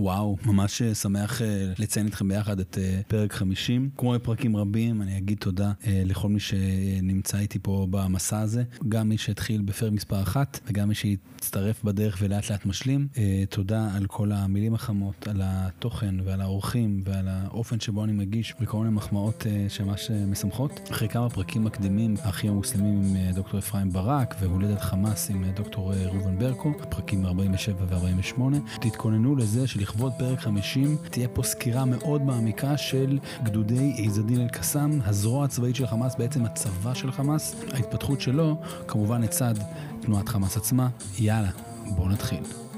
וואו, ממש שמח לציין איתכם ביחד את פרק 50. כמו בפרקים רבים, אני אגיד תודה לכל מי שנמצא איתי פה במסע הזה, גם מי שהתחיל בפרק מספר 1, וגם מי שהצטרף בדרך ולאט לאט משלים. תודה על כל המילים החמות, על התוכן ועל האורחים ועל האופן שבו אני מגיש, וכל מיני מחמאות שממש משמחות. אחרי כמה פרקים מקדימים, האחים המוסלמים עם דוקטור אפרים ברק, והולדת חמאס עם דוקטור ראובן ברקו, פרקים 47 ו-48. תתכוננו לזה שלכבוד פרק 50 תהיה פה סקירה מאוד מעמיקה של גדודי עז א-דין אל-קסאם, הזרוע הצבאית של חמאס, בעצם הצבא של חמאס, ההתפתחות שלו, כמובן לצד תנועת חמאס עצמה. יאללה, בואו נתחיל.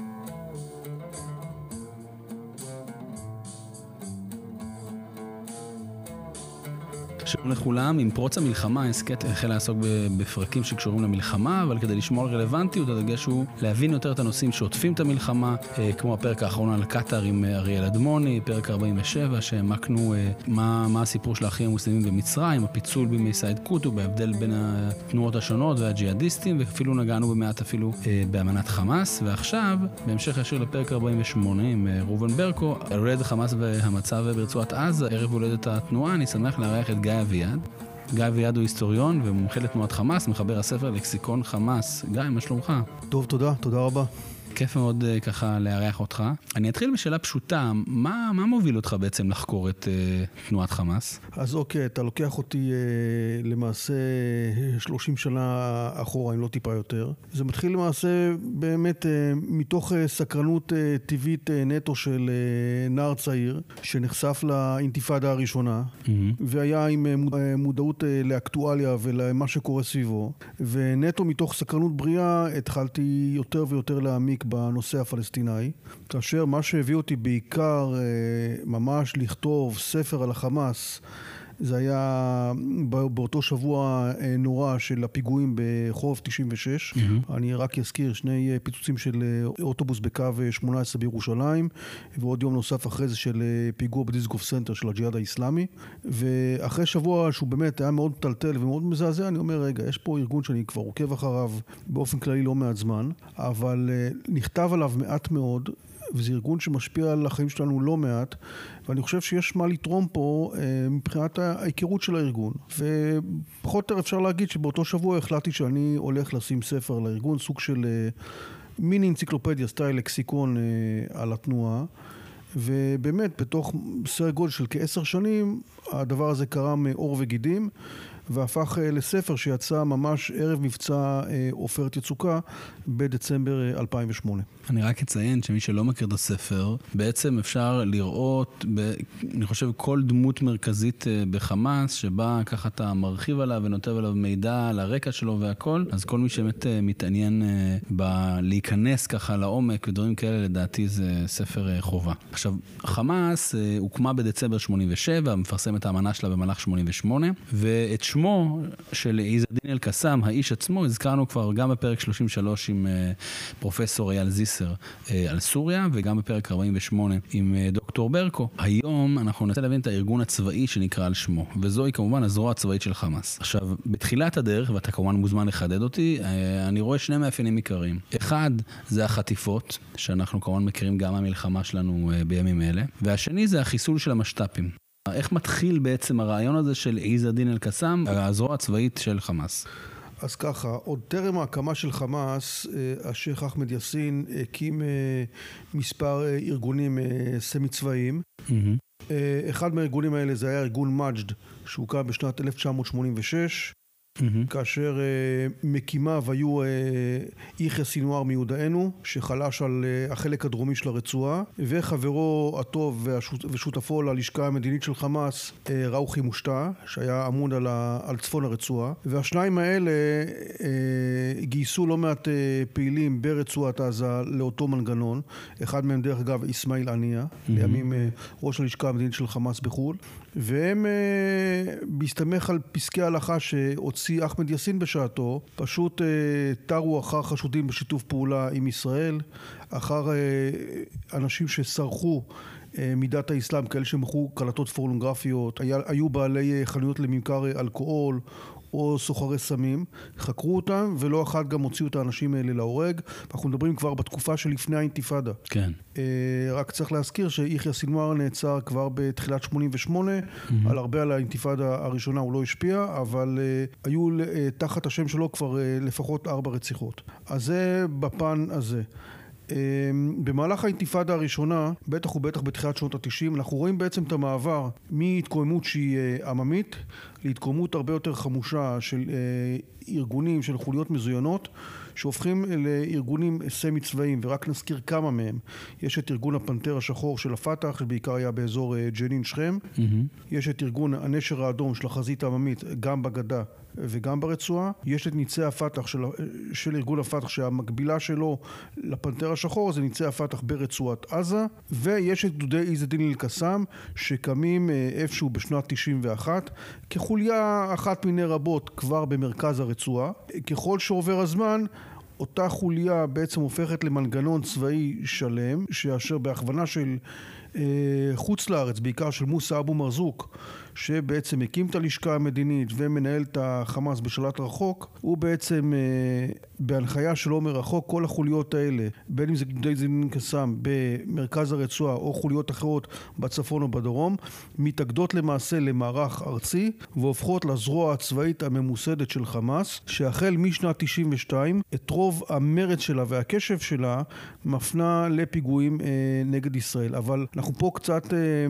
שלום לכולם, עם פרוץ המלחמה, הסקט החל לעסוק בפרקים שקשורים למלחמה, אבל כדי לשמור על רלוונטיות, הדגש הוא להבין יותר את הנושאים שעוטפים את המלחמה, כמו הפרק האחרון על קטר עם אריאל אדמוני, פרק 47, שהעמקנו מה הסיפור של האחים המוסלמים במצרים, הפיצול בימי סייד קוטוב, בהבדל בין התנועות השונות והג'יהאדיסטים, ואפילו נגענו במעט אפילו באמנת חמאס, ועכשיו, בהמשך ישיר לפרק 48 עם ראובן ברקו, על הולדת חמאס והמצב ברצועת עזה, ערב הולדת התנועה, אני שמח לארח את גיא אביעד. גיא אביעד הוא היסטוריון ומומחה לתנועת חמאס, מחבר הספר לקסיקון חמאס. גיא, מה שלומך? טוב, תודה רבה. כיף מאוד ככה לארח אותך. אני אתחיל בשאלה פשוטה, מה מוביל אותך בעצם לחקור את תנועת חמאס? אז אוקיי, אתה לוקח אותי למעשה 30 שנה אחורה, אם לא טיפה יותר. זה מתחיל למעשה באמת מתוך סקרנות טבעית נטו של נער צעיר, שנחשף לאינתיפאדה הראשונה, והיה עם מודעות לאקטואליה ולמה שקורה סביבו, ונטו מתוך סקרנות בריאה התחלתי יותר ויותר להעמיק בנושא הפלסטיני, כאשר מה שהביא אותי בעיקר ממש לכתוב ספר על החמאס, זה היה באותו שבוע נורא של הפיגועים בחורף 96. אני רק אזכיר שני פיצוצים של אוטובוס בקו 18 בירושלים, ועוד יום נוסף אחרי זה של פיגוע בדיסגוף סנטר של הג'יהאד האסלאמי. ואחרי שבוע שהוא באמת היה מאוד טלטל ומאוד מזעזע, אני אומר, רגע, יש פה ארגון שאני כבר עוקב אחריו באופן כללי לא מעט זמן, אבל נכתב עליו מעט מאוד, וזה ארגון שמשפיע על החיים שלנו לא מעט, ואני חושב שיש מה לתרום פה מבחינת ההיכרות של הארגון. ופחות או יותר אפשר להגיד שבאותו שבוע החלטתי שאני הולך לשים ספר לארגון, סוג של מיני אנציקלופדיה, סטייל לקסיקון על התנועה, ובאמת בתוך סדר גודל של כ10 שנים הדבר הזה קרם עור וגידים, והפך לספר שיצא ממש ערב מבצע עופרת יצוקה בדצמבר 2008. אני רק אציין שמי שלא מכיר את הספר, בעצם אפשר לראות, אני חושב, כל דמות מרכזית בחמאס, שבה ככה אתה מרחיב עליו ונותב עליו מידע על הרקע שלו והכל, אז כל מי שבאמת מתעניין להיכנס ככה לעומק ודברים כאלה, לדעתי זה ספר חובה. עכשיו, חמאס הוקמה בדצמבר 87, מפרסם את האמנה שלה במהלך 88, ואת שמו של עז א-דין אל-קסאם, האיש עצמו, הזכרנו כבר גם בפרק 33 עם פרופסור אייל זיסר על סוריה, וגם בפרק 48 עם דוקטור ברקו. היום אנחנו ננסה להבין את הארגון הצבאי שנקרא על שמו, וזוהי כמובן הזרוע הצבאית של חמאס. עכשיו, בתחילת הדרך, ואתה כמובן מוזמן לחדד אותי, אני רואה שני מאפיינים עיקריים. אחד, זה החטיפות, שאנחנו כמובן מכירים גם מהמלחמה שלנו בימים אלה, והשני זה החיסול של המשת"פים. איך מתחיל בעצם הרעיון הזה של עז א-דין אל-קסאם, הזרוע הצבאית של חמאס? אז ככה, עוד טרם ההקמה של חמאס, השייח אחמד יאסין הקים מספר ארגונים סמי צבאיים. אחד מהארגונים האלה זה היה ארגון מג'ד, שהוקם בשנת 1986, כאשר מקימיו היו יחיא סינואר מיודענו, שחלש על החלק הדרומי של הרצועה, וחברו הטוב ושותפו ללשכה המדינית של חמאס, ראוחי מושטע, שהיה אמון על צפון הרצועה. והשניים האלה גייסו לא מעט פעילים ברצועת עזה לאותו מנגנון, אחד מהם דרך אגב איסמעיל עניה, לימים ראש הלשכה המדינית של חמאס בחו"ל, והם בהסתמך על פסקי ההלכה שהוציא אחמד יאסין בשעתו, פשוט תרו אחר חשודים בשיתוף פעולה עם ישראל, אחר אנשים שסרחו מידת האסלאם, כאלה שמכרו קלטות פורנוגרפיות, היו בעלי חנויות לממכר אלכוהול או סוחרי סמים, חקרו אותם ולא אחת גם הוציאו את האנשים האלה להורג. אנחנו מדברים כבר בתקופה שלפני האינתיפאדה. כן. רק צריך להזכיר שיחיא סינואר נעצר כבר בתחילת 88, על האינתיפאדה הראשונה הוא לא השפיע, אבל היו תחת השם שלו כבר לפחות 4 רציחות. אז זה בפן הזה. במהלך האינתיפאדה הראשונה, בטח ובטח בתחילת שנות ה-90, אנחנו רואים בעצם את המעבר מהתקוממות שהיא עממית להתקוממות הרבה יותר חמושה של ארגונים, של חוליות מזוינות, שהופכים לארגונים סמי צבאיים, ורק נזכיר כמה מהם. יש את ארגון הפנתר השחור של הפתח, שבעיקר היה באזור ג'נין שכם. יש את ארגון הנשר האדום של החזית העממית, גם בגדה וגם ברצועה. יש את ניצי הפתח של ארגון הפתח, שהמקבילה שלו לפנתר השחור, זה ניצי הפתח ברצועת עזה. ויש את גדודי עז א-דין אל-קסאם, שקמים איפשהו בשנת 91, כחוליה אחת מיני רבות כבר במרכז הרצועה. ככל שעובר הזמן, אותה חוליה בעצם הופכת למנגנון צבאי שלם, שאשר בהכוונה של חוץ לארץ, בעיקר של מוסא אבו מרזוק, שבעצם הקים את הלשכה המדינית ומנהל את החמאס בשלט רחוק, הוא בעצם בהנחיה שלו מרחוק, כל החוליות האלה, בין אם זה גדודי עז א-דין אל-קסאם במרכז הרצועה או חוליות אחרות בצפון או בדרום, מתאגדות למעשה למערך ארצי והופכות לזרוע הצבאית הממוסדת של חמאס, שהחל משנת 92 את רוב המרד שלה והקשב שלה מפנה לפיגועים נגד ישראל. אבל אנחנו פה קצת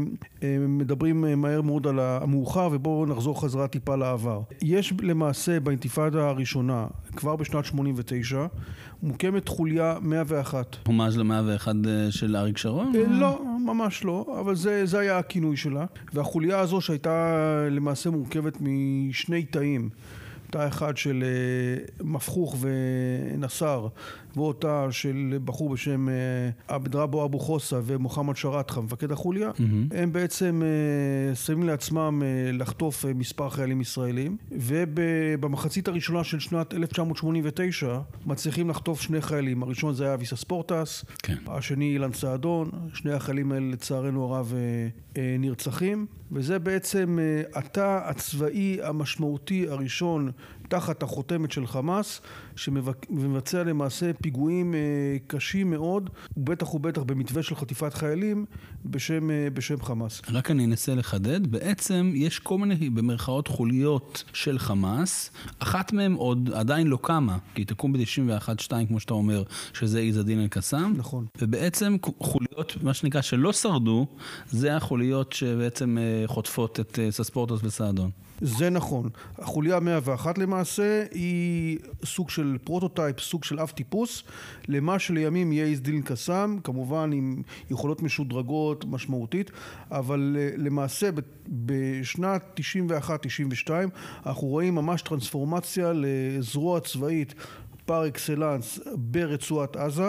מדברים מהר מאוד על המאוחר, ובואו נחזור חזרה טיפה לעבר. יש למעשה באינתיפאדה הראשונה, כבר בשנת 89, מוקמת חוליה 101. הומאז' ל-101 של אריק שרון? לא, ממש לא, אבל זה היה הכינוי שלה. והחוליה הזו שהייתה למעשה מורכבת משני תאים, תא אחד של מפחוך ונסר, ואותה של בחור בשם עבד רבו אבו חוסה ומוחמד שרתחה, מפקד החוליה. הם בעצם שמים לעצמם לחטוף מספר חיילים ישראלים, ובמחצית הראשונה של שנת 1989 מצליחים לחטוף 2 חיילים. הראשון זה היה אביסה ספורטס, כן. השני אילן סעדון. 2 החיילים האלה לצערנו הרב נרצחים, וזה בעצם התא הצבאי המשמעותי הראשון תחת החותמת של חמאס, שמבצע למעשה פיגועים קשים מאוד, ובטח ובטח במתווה של חטיפת חיילים בשם חמאס. רק אני אנסה לחדד, בעצם יש כל מיני במרכאות חוליות של חמאס, אחת מהן עוד עדיין לא קמה, כי היא תקום ב-91-2 כמו שאתה אומר, שזה עז א-דין אל-קסאם. נכון. ובעצם חוליות, מה שנקרא, שלא שרדו, זה החוליות שבעצם חוטפות את ספורטוס וסעדון. זה נכון. החוליה 101 למעשה היא סוג של פרוטוטייפ, סוג של אב טיפוס, למה שלימים יהיה עז א-דין אל-קסאם, כמובן עם יכולות משודרגות משמעותית, אבל למעשה בשנת 91-92 אנחנו רואים ממש טרנספורמציה לזרוע צבאית פר אקסלנס ברצועת עזה,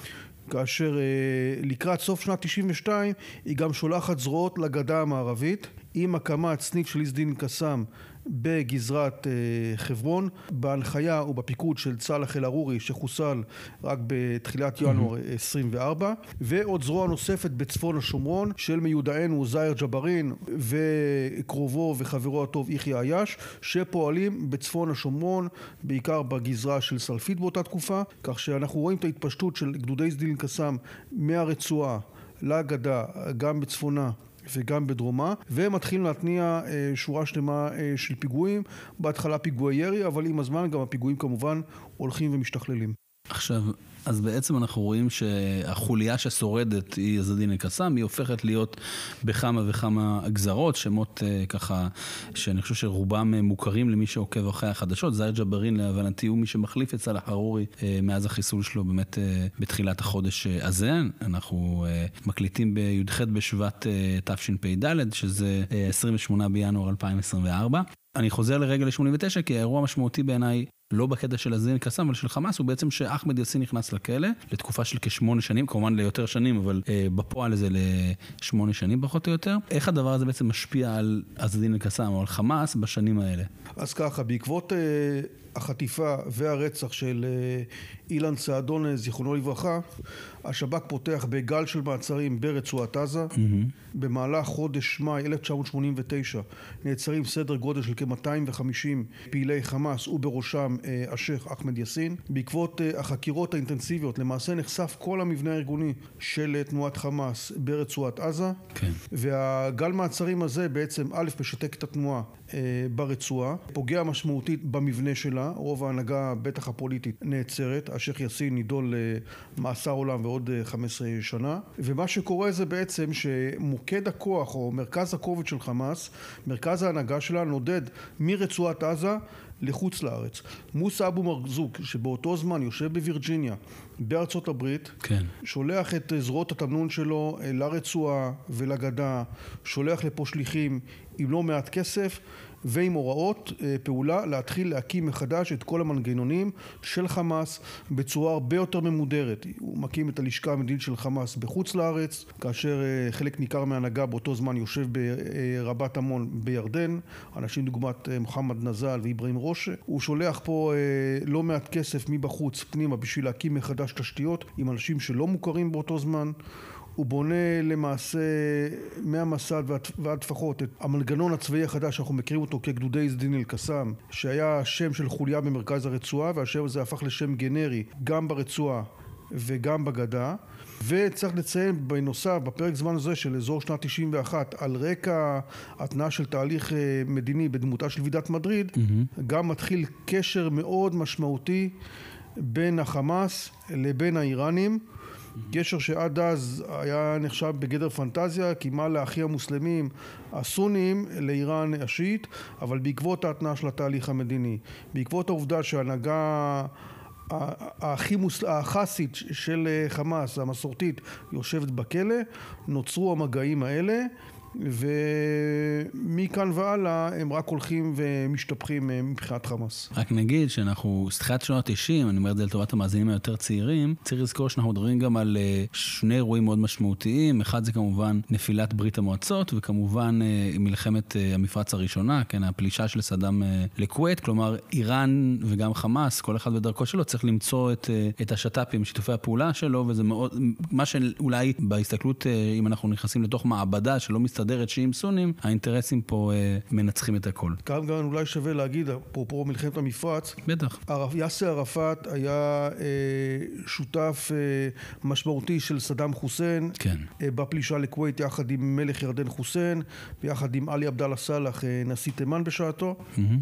כאשר לקראת סוף שנת 92 היא גם שולחת זרועות לגדה המערבית, עם הקמת סניף של עז א-דין אל-קסאם בגזרת חברון, בהנחיה ובפיקוד של צלח אל-ערורי שחוסל רק בתחילת ינואר 24, ועוד זרוע נוספת בצפון השומרון של מיודענו זאהר ג'בארין וקרובו וחברו הטוב יחיא עיאש, שפועלים בצפון השומרון, בעיקר בגזרה של סלפית באותה תקופה, כך שאנחנו רואים את ההתפשטות של גדודי עז א-דין אל-קסאם מהרצועה לגדה, גם בצפונה וגם בדרומה, ומתחילים להתניע שורה שלמה של פיגועים, בהתחלה פיגועי ירי, אבל עם הזמן גם הפיגועים כמובן הולכים ומשתכללים. עכשיו, אז בעצם אנחנו רואים שהחוליה ששורדת היא עז א-דין אל-קסאם, היא הופכת להיות בכמה וכמה גזרות, שמות ככה, שאני חושב שרובם מוכרים למי שעוקב אחרי החדשות. זאהר ג'בארין להבנתי הוא מי שמחליף את צלח אל-ערורי מאז החיסול שלו באמת בתחילת החודש הזה. אנחנו מקליטים בי"ח בשבט תשפ"ד, שזה 28 בינואר 2024. אני חוזר לרגע ל-89, כי האירוע המשמעותי בעיניי, לא בקטע של עז א-דין אל-קסאם, אבל של חמאס, הוא בעצם שאחמד יאסין נכנס לכלא, לתקופה של כ8 שנים, כמובן ליותר שנים, אבל בפועל זה ל8 שנים פחות או יותר. איך הדבר הזה בעצם משפיע על עז א-דין אל-קסאם, או על חמאס בשנים האלה? אז ככה, בעקבות החטיפה והרצח של אילן צעדון, זיכרונו לברכה, השב"כ פותח בגל של מעצרים ברצועת עזה. במהלך חודש מאי 1989 נעצרים סדר גודל של כ-250 פעילי חמאס ובראשם השייח אחמד יאסין. בעקבות החקירות האינטנסיביות למעשה נחשף כל המבנה הארגוני של תנועת חמאס ברצועת עזה. כן. והגל מעצרים הזה בעצם א' משתק את התנועה ברצועה, פוגע משמעותית במבנה שלה, רוב ההנהגה בטח הפוליטית נעצרת, השייח יאסין נידון למאסר עולם ועוד 15 שנה, ומה שקורה זה בעצם שמוקד הכוח או מרכז הכובד של חמאס, מרכז ההנהגה שלה נודד מרצועת עזה לחוץ לארץ. מוסא אבו מרזוק, שבאותו זמן יושב בווירג'יניה, בארצות הברית, כן. שולח את זרועות התמנון שלו לרצועה ולגדה, שולח לפה שליחים עם לא מעט כסף ועם הוראות פעולה להתחיל להקים מחדש את כל המנגנונים של חמאס בצורה הרבה יותר ממודרת. הוא מקים את הלשכה המדינית של חמאס בחוץ לארץ, כאשר חלק ניכר מההנהגה באותו זמן יושב ברבת עמון בירדן, אנשים דוגמת מוחמד נזל ואיברהים רושה. הוא שולח פה לא מעט כסף מבחוץ פנימה בשביל להקים מחדש תשתיות עם אנשים שלא מוכרים באותו זמן. הוא בונה למעשה מהמסד ועד טפחות את המנגנון הצבאי החדש שאנחנו מכירים אותו כגדודי זדין אל-קסאם, שהיה שם של חוליה במרכז הרצועה, והשם הזה הפך לשם גנרי גם ברצועה וגם בגדה. וצריך לציין בנוסף בפרק זמן הזה של אזור שנת 91 על רקע התנעה של תהליך מדיני בדמותה של ועידת מדריד, גם מתחיל קשר מאוד משמעותי בין החמאס לבין האיראנים, קשר שעד אז היה נחשב בגדר פנטזיה, כי מה לאחי המוסלמים הסונים לאיראן השיעית, אבל בעקבות ההתנעה של התהליך המדיני, בעקבות העובדה שההנהגה החסית של חמאס, המסורתית, יושבת בכלא, נוצרו המגעים האלה, ומכאן והלאה הם רק הולכים ומשתפכים מבחינת חמאס. רק נגיד שאנחנו, סתחילת שנות ה-90, אני אומר את זה לטובת המאזינים היותר צעירים, צריך לזכור שאנחנו מדברים גם על שני אירועים מאוד משמעותיים. אחד זה כמובן נפילת ברית המועצות, וכמובן מלחמת המפרץ הראשונה, כן, הפלישה של סדאם לכווית, כלומר איראן וגם חמאס, כל אחד בדרכו שלו, צריך למצוא את השת"פים, שיתופי הפעולה שלו, וזה מאוד, מה שאולי בהסתכלות, אם אנחנו נכנסים לתוך מעבדה שלא מסתדרת שיעים סונים, האינטרסים פה מנצחים את הכל. כאן גם אולי שווה להגיד, אפרופו מלחמת המפרץ, בטח. יאסר ערפאת היה שותף משמעותי של סדאם חוסיין, כן. בפלישה לכווית יחד עם מלך ירדן חוסיין, ויחד עם עלי עבדאללה סאלח, נשיא תימן בשעתו,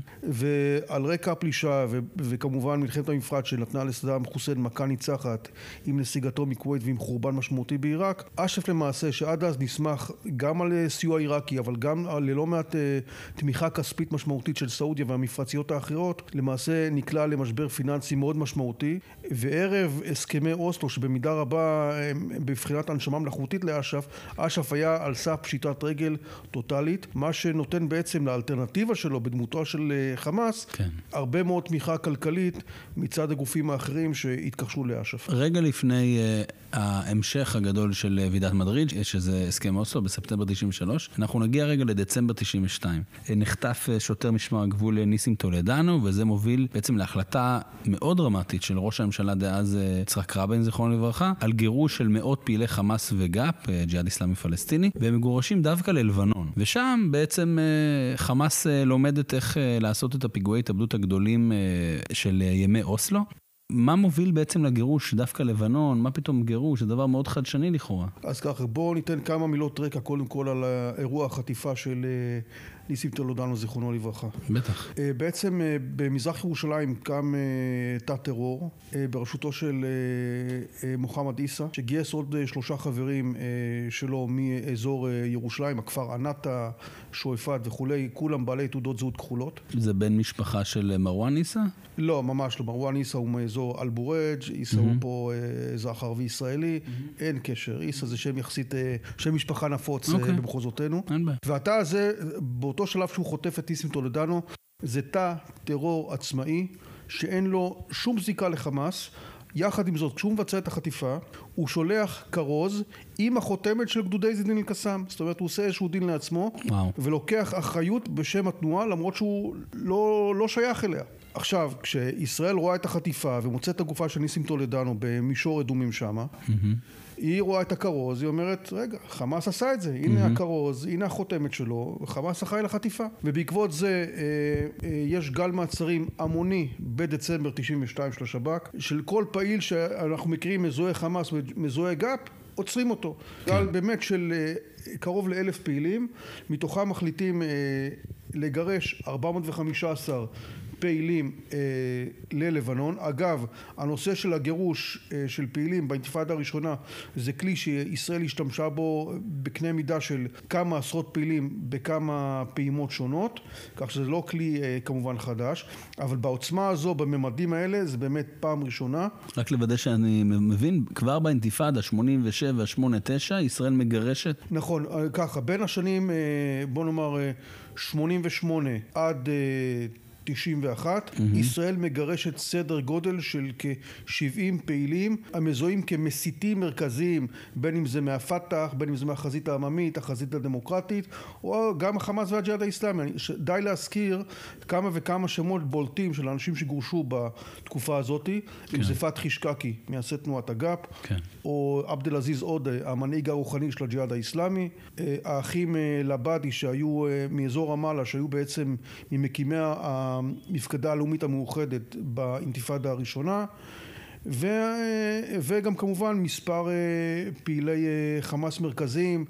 ועל רקע הפלישה, וכמובן מלחמת המפרץ שנתנה לסדאם חוסיין מכה ניצחת עם נסיגתו מכווית ועם חורבן משמעותי בעיראק, אש"ף למעשה שעד אז נסמך גם על סיוע עיראקי, אבל גם ללא מעט תמיכה כספית משמעותית של סעודיה והמפרציות האחרות, למעשה נקלע למשבר פיננסי מאוד משמעותי, וערב הסכמי אוסלו, שבמידה רבה בבחינת הנשמה מלאכותית לאש"ף, אש"ף היה על סף פשיטת רגל טוטלית, מה שנותן בעצם לאלטרנטיבה שלו בדמותו של חמאס, כן. הרבה מאוד תמיכה כלכלית מצד הגופים האחרים שהתקשרו לאש"ף. רגע לפני ההמשך הגדול של ועידת מדריד, יש איזה הסכם אוסלו בספטמבר 93, אנחנו נגיע רגע לדצמבר 92. נחטף שוטר משמר הגבול ניסים טולדנו, וזה מוביל בעצם להחלטה מאוד דרמטית של ראש הממשלה דאז יצחק רבין, זיכרונו לברכה, על גירוש של מאות פעילי חמאס וגאפ, ג'יהאד אסלאמי פלסטיני, והם מגורשים דווקא ללבנון. ושם בעצם חמאס לומדת איך לעשות את הפיגועי התאבדות הגדולים של ימי אוסלו. מה מוביל בעצם לגירוש דווקא לבנון? מה פתאום גירוש? זה דבר מאוד חדשני לכאורה. אז ככה, בואו ניתן כמה מילות רקע קודם כל על האירוע החטיפה של ניסים טולדנו, זיכרונו לברכה. בטח. בעצם במזרח ירושלים קם תא טרור בראשותו של מוחמד עיסא, שגייס עוד 3 חברים שלו מאזור ירושלים, הכפר ענתה, שועפאט וכולי, כולם בעלי תעודות זהות כחולות. זה בן משפחה של מרואן עיסא? לא, ממש לא. מרואן עיסא הוא מאזור אל-בורג', עיסא הוא פה אזרח ערבי ישראלי, אין קשר. עיסא זה שם יחסית, שם משפחה נפוץ במחוזותינו. והתא הזה, באותו שלב שהוא חוטף את ניסים טולדנו, זה תא טרור עצמאי שאין לו שום זיקה לחמאס. יחד עם זאת, כשהוא מבצע את החטיפה, הוא שולח כרוז עם החותמת של גדודי זדין אל-קסאם. זאת אומרת, הוא עושה איזשהו דין לעצמו, ולוקח אחריות בשם התנועה, למרות שהוא לא שייך אליה. עכשיו, כשישראל רואה את החטיפה ומוצאת את הגופה של ניסים טולדנו במישור אדומים שמה, היא רואה את הכרוז, היא אומרת, רגע, חמאס עשה את זה, הנה הכרוז, הנה החותמת שלו, חמאס אחראי לחטיפה. ובעקבות זה יש גל מעצרים המוני בדצמבר 92 של השב"כ, של כל פעיל שאנחנו מכירים מזוהה חמאס ומזוהה גאפ, עוצרים אותו. גל באמת של קרוב ל1,000 פעילים, מתוכם מחליטים לגרש 415 פעילים ללבנון. אגב, הנושא של הגירוש של פעילים באינתיפאדה הראשונה זה כלי שישראל השתמשה בו בקנה מידה של כמה עשרות פעילים בכמה פעימות שונות, כך שזה לא כלי כמובן חדש, אבל בעוצמה הזו, בממדים האלה, זה באמת פעם ראשונה. רק לוודא שאני מבין, כבר באינתיפאדה 87-89 ישראל מגרשת? נכון, ככה, בין השנים, בוא נאמר, 88 עד 91, ישראל מגרשת סדר גודל של כ-70 פעילים המזוהים כמסיתים מרכזיים, בין אם זה מהפתח, בין אם זה מהחזית העממית, החזית הדמוקרטית, או גם החמאס והג'יהאד האסלאמי. די להזכיר כמה וכמה שמות בולטים של אנשים שגורשו בתקופה הזאת, אם זה פתחי שקקי, מייסד תנועת הגאפ, או עבד אל עזיז עודה, המנהיג הרוחני של הג'יהאד האסלאמי, האחים לבדי שהיו מאזור רמאללה, שהיו בעצם ממקימי המפקדה הלאומית המאוחדת באינתיפאדה הראשונה, וגם כמובן מספר פעילי חמאס מרכזיים,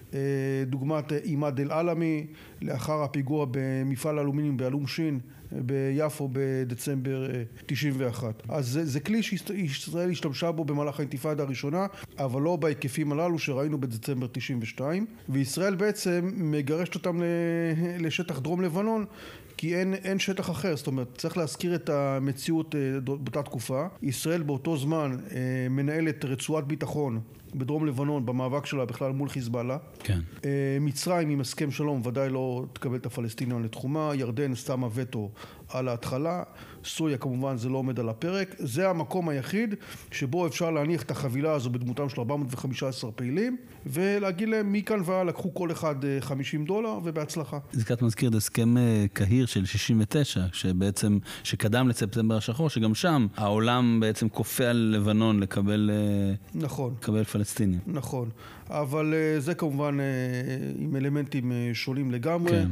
דוגמת אימאד אל-עלמי, לאחר הפיגוע במפעל האלומיניום באלום שין ביפו בדצמבר 91. אז זה כלי שישראל השתמשה בו במהלך האינתיפאדה הראשונה, אבל לא בהיקפים הללו שראינו בדצמבר 92, וישראל בעצם מגרשת אותם לשטח דרום לבנון, כי אין שטח אחר. זאת אומרת, צריך להזכיר את המציאות באותה תקופה. ישראל באותו זמן מנהלת רצועת ביטחון בדרום לבנון במאבק שלה בכלל מול חיזבאללה. כן. מצרים עם הסכם שלום ודאי לא תקבל את הפלסטינים לתחומה, ירדן שמה וטו על ההתחלה, סוריה כמובן זה לא עומד על הפרק. זה המקום היחיד שבו אפשר להניח את החבילה הזו בדמותם של 415 פעילים, ולהגיד להם מכאן והלאה לקחו כל אחד $50 ובהצלחה. זכרת מזכיר את הסכם קהיר של 69, שבעצם, שקדם לספטמבר השחור, שגם שם העולם בעצם כופה על לבנון לקבל, נכון. לקבל פלסטינים. נכון. אבל זה כמובן עם אלמנטים שונים לגמרי, כן.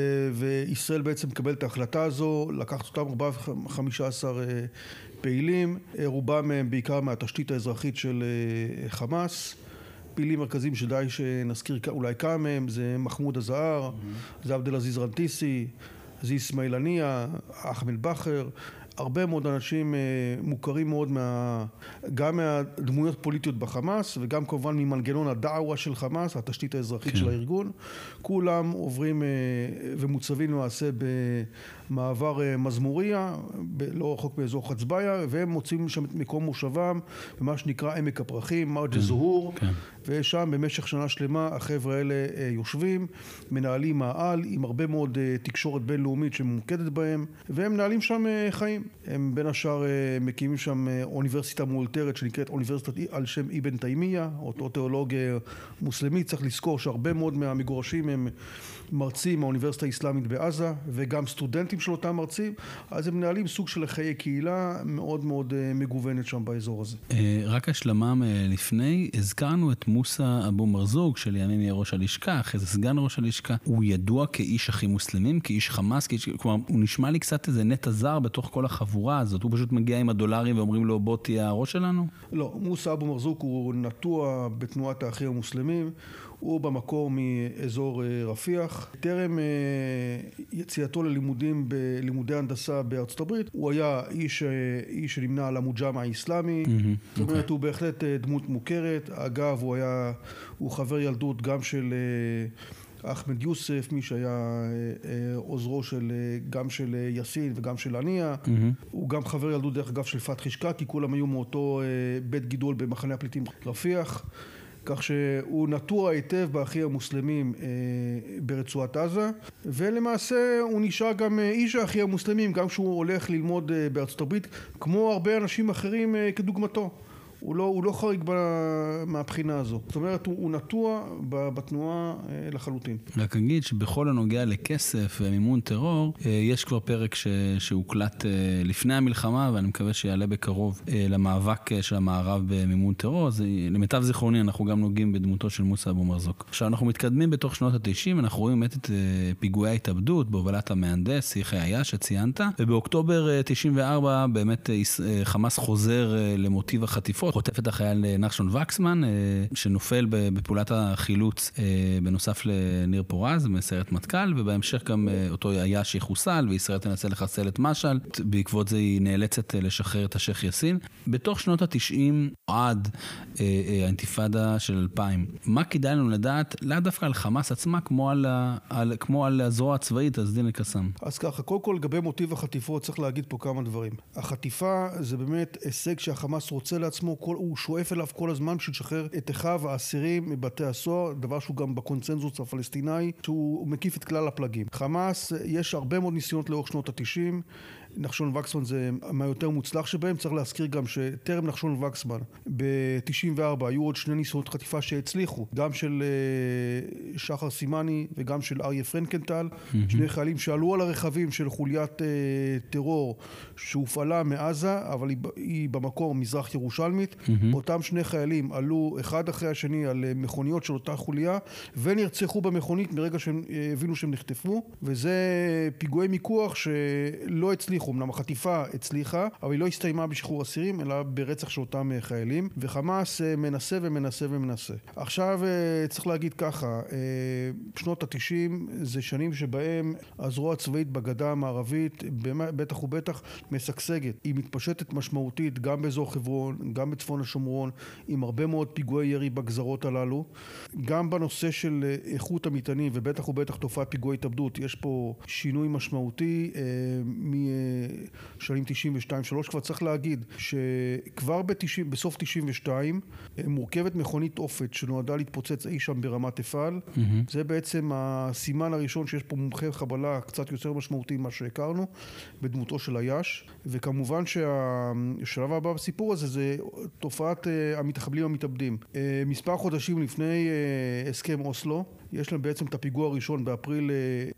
וישראל בעצם מקבל את ההחלטה הזו, לקחת אותם 15 פעילים, רובם מהם בעיקר מהתשתית האזרחית של חמאס. פעילים מרכזיים שדי שנזכיר אולי כמה מהם, זה מחמוד הזהר, זה עבד אל עזיז רנטיסי, זה איסמעיל הנייה, אחמד בכר, הרבה מאוד אנשים מוכרים מאוד גם מהדמויות פוליטיות בחמאס, וגם כמובן ממנגנון הדעווה של חמאס, התשתית האזרחית של הארגון. כולם עוברים ומוצבים למעשה במעבר מזמוריה, לא רחוק באזור חצביה, והם מוצאים שם את מקום מושבם, במה שנקרא עמק הפרחים, מרג' זהור, ושם במשך שנה שלמה החבר'ה האלה יושבים, מנהלים מעל עם הרבה מאוד תקשורת בינלאומית שממוקדת בהם, והם מנהלים שם חיים. הם בין השאר מקימים שם אוניברסיטה מאולתרת שנקראת אוניברסיטת על שם אבן תימיה, אותו תיאולוג מוסלמי. צריך לזכור שהרבה מאוד מהמגורשים הם מרצים מהאוניברסיטה האסלאמית בעזה, וגם סטודנטים של אותם מרצים, אז הם מנהלים סוג של חיי קהילה מאוד מאוד מגוונת שם באזור הזה. רק השלמה לפני, הזכרנו את מוסא אבו מרזוק, שלימים יהיה ראש הלשכה, אחרי זה סגן ראש הלשכה. הוא ידוע כאיש אחים מוסלמים, כאיש חמאס, כלומר, הוא נשמע לי קצת איזה נטע זר בתוך כל החבורה הזאת. הוא פשוט מגיע עם הדולרים ואומרים לו, בוא תהיה הראש שלנו? לא, מוסא אבו מרזוק הוא נטוע בתנועת האחים המוסלמים. הוא במקור מאזור רפיח. טרם יציאתו ללימודים בלימודי הנדסה בארצות הברית, הוא היה איש שנמנה על המוג'אמע האסלאמי. זאת אומרת, הוא בהחלט דמות מוכרת. אגב, הוא חבר ילדות גם של אחמד יוסף, מי שהיה עוזרו גם של יאסין וגם של הנייה. הוא גם חבר ילדות דרך אגב של פתחי שקקי, כולם היו מאותו בית גידול במחנה הפליטים רפיח. כך שהוא נטוע היטב באחים המוסלמים ברצועת עזה, ולמעשה הוא נשאר גם איש האחים המוסלמים, גם כשהוא הולך ללמוד בארצות הברית, כמו הרבה אנשים אחרים כדוגמתו. הוא לא חריג מהבחינה הזו. זאת אומרת, הוא נטוע בתנועה לחלוטין. רק אגיד שבכל הנוגע לכסף ומימון טרור, יש כבר פרק שהוקלט לפני המלחמה, ואני מקווה שיעלה בקרוב למאבק של המערב במימון טרור. אז למיטב זיכרוני אנחנו גם נוגעים בדמותו של מוסא אבו מרזוק. עכשיו אנחנו מתקדמים בתוך שנות ה-90, אנחנו רואים את פיגועי ההתאבדות בהובלת המהנדס, יחיא עיאש שציינת, ובאוקטובר 94 באמת חמאס חוזר למוטיב החטיפות, חוטף את החייל נחשון וקסמן, שנופל בפעולת החילוץ בנוסף לניר פורז, מסיירת מטכ"ל, ובהמשך גם אותו עיאש יחוסל, וישראל תנסה לחסל את משעל, בעקבות זה היא נאלצת לשחרר את השייח יאסין. בתוך שנות ה-90 עד האינתיפאדה של 2000, מה כדאי לנו לדעת, לא דווקא על חמאס עצמה, כמו על הזרוע הצבאית, אז דין אל-קסאם. אז ככה, קודם כל לגבי מוטיב החטיפות צריך להגיד פה כמה דברים. החטיפה זה באמת הישג שהחמאס רוצה לעצמו, הוא שואף אליו כל הזמן בשביל לשחרר את אחיו האסירים מבתי הסוהר, דבר שהוא גם בקונצנזוס הפלסטיני, שהוא מקיף את כלל הפלגים. חמאס, יש הרבה מאוד ניסיונות לאורך שנות ה-90, נחשון וקסמן זה מהיותר מוצלח שבהם. צריך להזכיר גם שטרם נחשון וקסמן ב-94 היו עוד שני ניסיונות חטיפה שהצליחו, גם של שחר סימני וגם של אריה פרנקנטל, שני חיילים שעלו על הרכבים של חוליית טרור שהופעלה מעזה, אבל היא במקור מזרח ירושלמית. אותם שני חיילים עלו אחד אחרי השני על מכוניות של אותה חוליה ונרצחו במכונית מרגע שהם הבינו שהם נחטפו, וזה פיגועי מיקוח שלא הצליחו. אמנם החטיפה הצליחה, אבל היא לא הסתיימה בשחרור אסירים, אלא ברצח של אותם חיילים, וחמאס מנסה ומנסה ומנסה. עכשיו צריך להגיד ככה, שנות ה-90 זה שנים שבהם הזרוע הצבאית בגדה המערבית, בטח ובטח משגשגת. היא מתפשטת משמעותית גם באזור חברון, גם בצפון השומרון, עם הרבה מאוד פיגועי ירי בגזרות הללו. גם בנושא של איכות המטענים, ובטח ובטח תופעת פיגועי התאבדות, יש פה שינוי משמעותי משנים 92-3. כבר צריך להגיד שכבר בסוף 92 מורכבת מכונית אופת שנועדה להתפוצץ אי שם ברמת אפעל. זה בעצם הסימן הראשון שיש פה מומחה חבלה קצת יותר משמעותי ממה שהכרנו, בדמותו של עיאש. וכמובן שהשלב הבא בסיפור הזה זה תופעת המתחבלים המתאבדים. מספר חודשים לפני הסכם אוסלו, יש להם בעצם את הפיגוע הראשון באפריל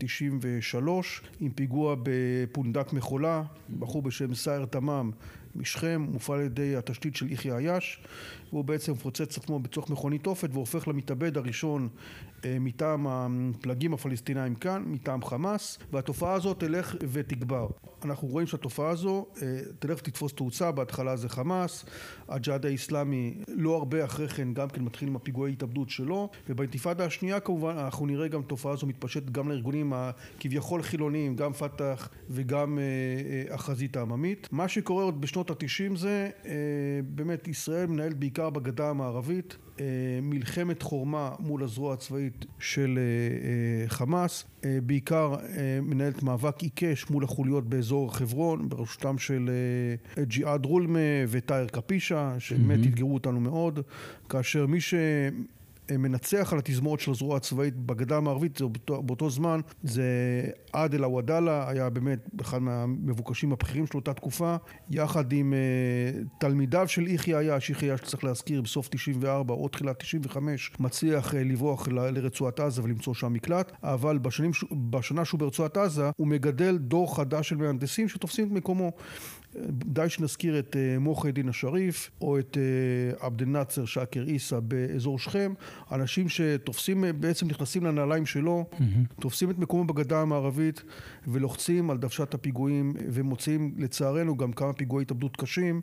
93, עם פיגוע בפונדק מחולה, בחור בשם סאיר תמם משכם, מופעל על ידי התשתית של יחיא עיאש, והוא בעצם מפוצץ עצמו בתוך מכונית אופת, והופך למתאבד הראשון מטעם הפלגים הפלסטינאים כאן, מטעם חמאס, והתופעה הזאת תלך ותגבר. אנחנו רואים שהתופעה הזו תלך ותתפוס תאוצה, בהתחלה זה חמאס, הג'יהאד האסלאמי לא הרבה אחרי כן גם כן מתחיל עם הפיגועי התאבדות שלו, ובאינתיפאדה השנייה כמובן אנחנו נראה גם תופעה הזו מתפשט גם לארגונים הכביכול חילוניים, גם פתח וגם החזית העממית. מה שקורה עוד בשנות ה-90 זה באמת ישראל מנהלת בעיקר בגדה המערבית מלחמת חורמה מול הזרוע הצבאית של חמאס, בעיקר מנהלת מאבק עיקש מול החוליות באזור חברון בראשותם של ג'יהאד רולמה וטייר קפישה, שבאמת התגרו אותנו מאוד, כאשר מי מנצח על התזמורת של הזרוע הצבאית בגדה המערבית באותו זמן זה עאדל עוודאלה, היה באמת אחד מהמבוקשים הבכירים של אותה תקופה, יחד עם תלמידיו של יחיא עיאש. יחיא עיאש, צריך להזכיר, בסוף 94 או תחילת 95 מצליח לברוח לרצועת עזה ולמצוא שם מקלט, אבל בשנה שהוא ברצועת עזה הוא מגדל דור חדש של מהנדסים שתופסים את מקומו. די שנזכיר את מוחי דין השריף או את עבד אל-נאצר שאקר עיסא באזור שכם, אנשים שתופסים, בעצם נכנסים לנעליים שלו, תופסים את מקומו בגדה המערבית ולוחצים על דוושת הפיגועים, ומוצאים לצערנו גם כמה פיגועי התאבדות קשים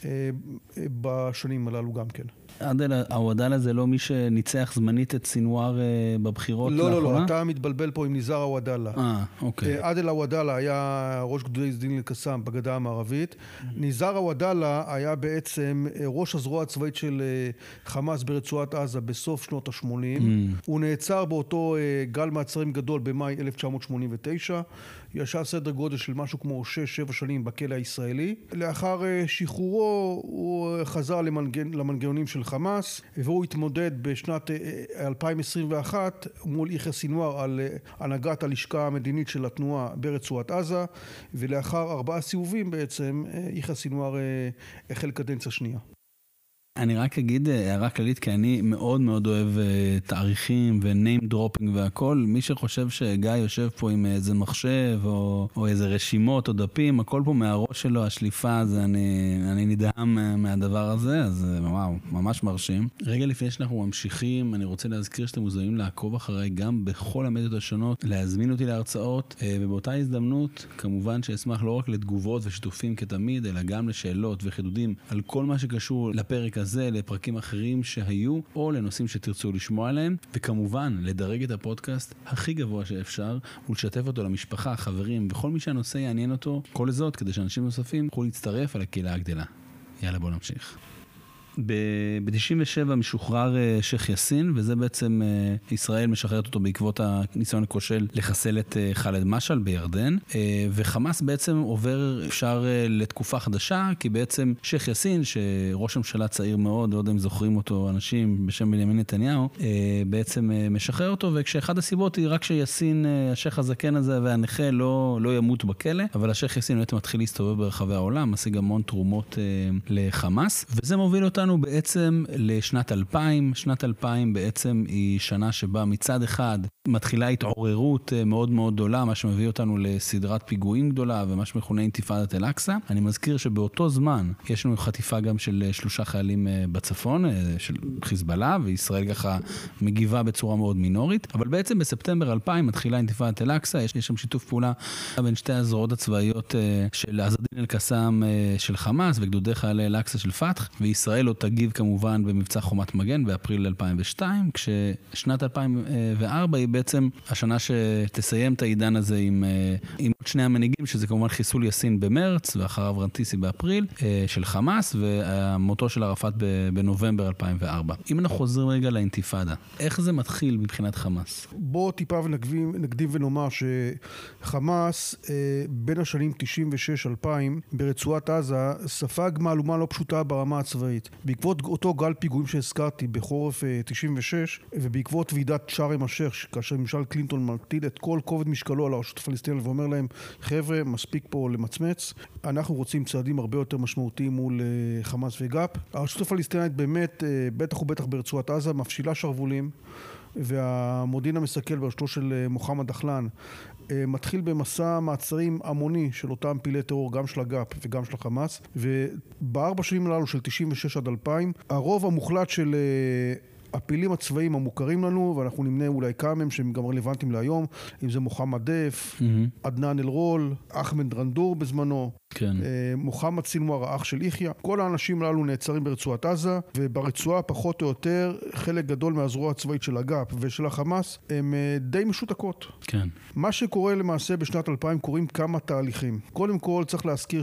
בשנים הללו גם כן. עאדל עוודאלה זה לא מי שניצח זמנית את סינואר בבחירות לאחרונה? לא, אתה מתבלבל פה עם ניזאר עוודאלה. אוקיי. עאדל עוודאלה היה ראש גדודי דין אל-קסאם בגדה המערבית. ניזאר עוודאלה היה בעצם ראש הזרוע הצבאית של חמאס ברצועת עזה בסוף שנות ה-80. הוא נעצר באותו גל מעצרים גדול במאי 1989. ישב סדר גודל של משהו כמו 6-7 שנים בכלא הישראלי. לאחר שחרורו הוא חזר למנגנונים של חמאס, והוא התמודד בשנת 2021 מול יחיא סינואר על הנהגת הלשכה המדינית של התנועה ברצועת עזה, ולאחר 4 סיבובים בעצם יחיא סינואר החל קדנציה שנייה. אני רק אגיד הערה כללית, כי אני מאוד מאוד אוהב תאריכים ו-name dropping והכל. מי שחושב שגיא יושב פה עם איזה מחשב או איזה רשימות או דפים, הכל פה מהראש שלו, השליפה, זה אני נדהם מהדבר הזה, אז וואו, ממש מרשים. רגע לפני שאנחנו ממשיכים, אני רוצה להזכיר שאתם מוזמנים לעקוב אחריי גם בכל המדיות השונות, להזמין אותי להרצאות, ובאותה הזדמנות, כמובן שאשמח לא רק לתגובות ושיתופים כתמיד, אלא גם לשאלות וחידודים על כל מה שקשור לפרק הזה, לפרקים אחרים שהיו, או לנושאים שתרצו לשמוע עליהם, וכמובן, לדרג את הפודקאסט הכי גבוה שאפשר, ולשתף אותו למשפחה, חברים, וכל מי שהנושא יעניין אותו, כל זאת, כדי שאנשים נוספים יוכלו להצטרף על הקהילה הגדלה. יאללה, בואו נמשיך. ב-97 משוחרר שייח יאסין, וזה בעצם ישראל משחררת אותו בעקבות הניסיון הכושל לחסל את ח'אלד משעל בירדן, וחמאס בעצם עובר אפשר לתקופה חדשה, כי בעצם שייח יאסין, שראש הממשלה צעיר מאוד, לא יודע אם זוכרים אותו אנשים בשם בנימין נתניהו, בעצם משחרר אותו, וכשאחד הסיבות היא רק שיאסין, השייח הזקן הזה והנכה לא ימות בכלא, אבל השייח יאסין באמת מתחיל להסתובב ברחבי העולם, משיג המון תרומות לחמאס, וזה מוביל אותנו בעצם לשנת 2000. שנת 2000 בעצם היא שנה שבה מצד אחד מתחילה התעוררות מאוד מאוד גדולה, מה שמביא אותנו לסדרת פיגועים גדולה ומה שמכונה אינתיפאדת אל-אקצא. אני מזכיר שבאותו זמן יש לנו חטיפה גם של 3 חיילים בצפון, של חיזבאללה, וישראל ככה מגיבה בצורה מאוד מינורית, אבל בעצם בספטמבר 2000 מתחילה אינתיפאדת אל-אקצא, יש שם שיתוף פעולה בין שתי הזרועות הצבאיות של עז א-דין אל-קסאם של חמאס וגדודי חיילי אל-אקצא של פתח, וישראל לא תגיב כמובן במבצע חומת מגן באפריל 2002, כששנת 2004 היא בעצם השנה שתסיים את העידן הזה עם עוד שני המנהיגים, שזה כמובן חיסול יאסין במרץ, ואחריו רנטיסי באפריל של חמאס, ומותו של ערפאת בנובמבר 2004. אם אנחנו חוזרים רגע לאינתיפאדה, איך זה מתחיל מבחינת חמאס? בוא טיפה נקדים ונאמר שחמאס בין השנים 96-2000 ברצועת עזה ספג מהלומה לא פשוטה ברמה הצבאית. בעקבות אותו גל פיגועים שהזכרתי בחורף 96, ובעקבות ועידת שארם א-שייח, כאשר ממשל קלינטון מטיל את כל כובד משקלו על הרשות הפלסטינית ואומר להם, חבר'ה, מספיק פה למצמץ, אנחנו רוצים צעדים הרבה יותר משמעותיים מול חמאס וגאפ. הרשות הפלסטינית באמת, בטח ובטח ברצועת עזה, מפשילה שרבולים, והמודיעין המסכל בראשותו של מוחמד דחלן מתחיל במסע מעצרים המוני של אותם פעילי טרור, גם של הגאפ וגם של החמאס, ובארבע שנים הללו של 96 עד 2000 הרוב המוחלט של הפעילים הצבאיים המוכרים לנו, ואנחנו נמנה אולי כמה מהם שהם גם רלוונטיים להיום, אם זה מוחמד דף, עדנאן אל-רול, אחמד רנדור בזמנו, כן. מוחמד סינואר, האח של יחיא. כל האנשים הללו נעצרים ברצועת עזה, וברצועה פחות או יותר חלק גדול מהזרוע הצבאית של הגאפ ושל החמאס הם די משותקות. כן. מה שקורה למעשה בשנת 2000 קורים כמה תהליכים. קודם כל צריך להזכיר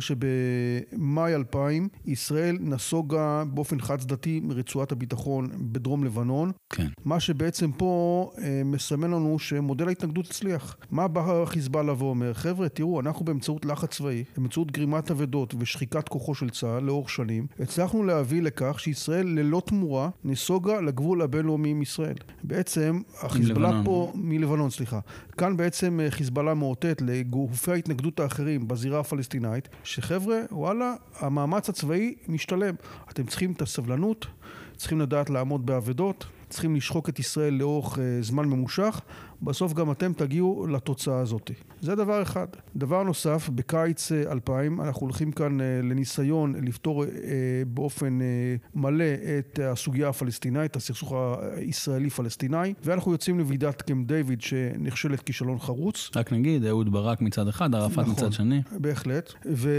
שבמאי 2000 ישראל נסוגה באופן חד צדדי מרצועת הביטחון בדרום לבנון. כן. מה שבעצם פה מסמן לנו שמודל ההתנגדות הצליח. מה בא חיזבאללה ואומר? חבר'ה, תראו, אנחנו באמצעות לחץ צבאי, באמצעות גרימת אבדות ושחיקת כוחו של צה"ל לאורך שנים, הצלחנו להביא לכך שישראל ללא תמורה נסוגה לגבול הבינלאומי עם ישראל. בעצם החיזבאללה פה מלבנון, סליחה. כאן בעצם חיזבאללה מאותת לגופי ההתנגדות האחרים בזירה הפלסטינאית, שחבר'ה, וואלה, המאמץ הצבאי משתלם. אתם צריכים את הסבלנות, צריכים לדעת לעמוד בעבדות, צריכים לשחוק את ישראל לאורך זמן ממושך, בסוף גם אתם תגיעו לתוצאה הזאת. זה דבר אחד. דבר נוסף, בקיץ 2000 אנחנו הולכים כאן לניסיון לפתור באופן מלא את הסוגיה הפלסטינאית, הסכסוך הישראלי-פלסטיני, ואנחנו יוצאים לוועידת קמפ דיוויד שנכשלת כישלון חרוץ. רק נגיד, אהוד ברק מצד אחד, ערפאת נכון, מצד שני. בהחלט.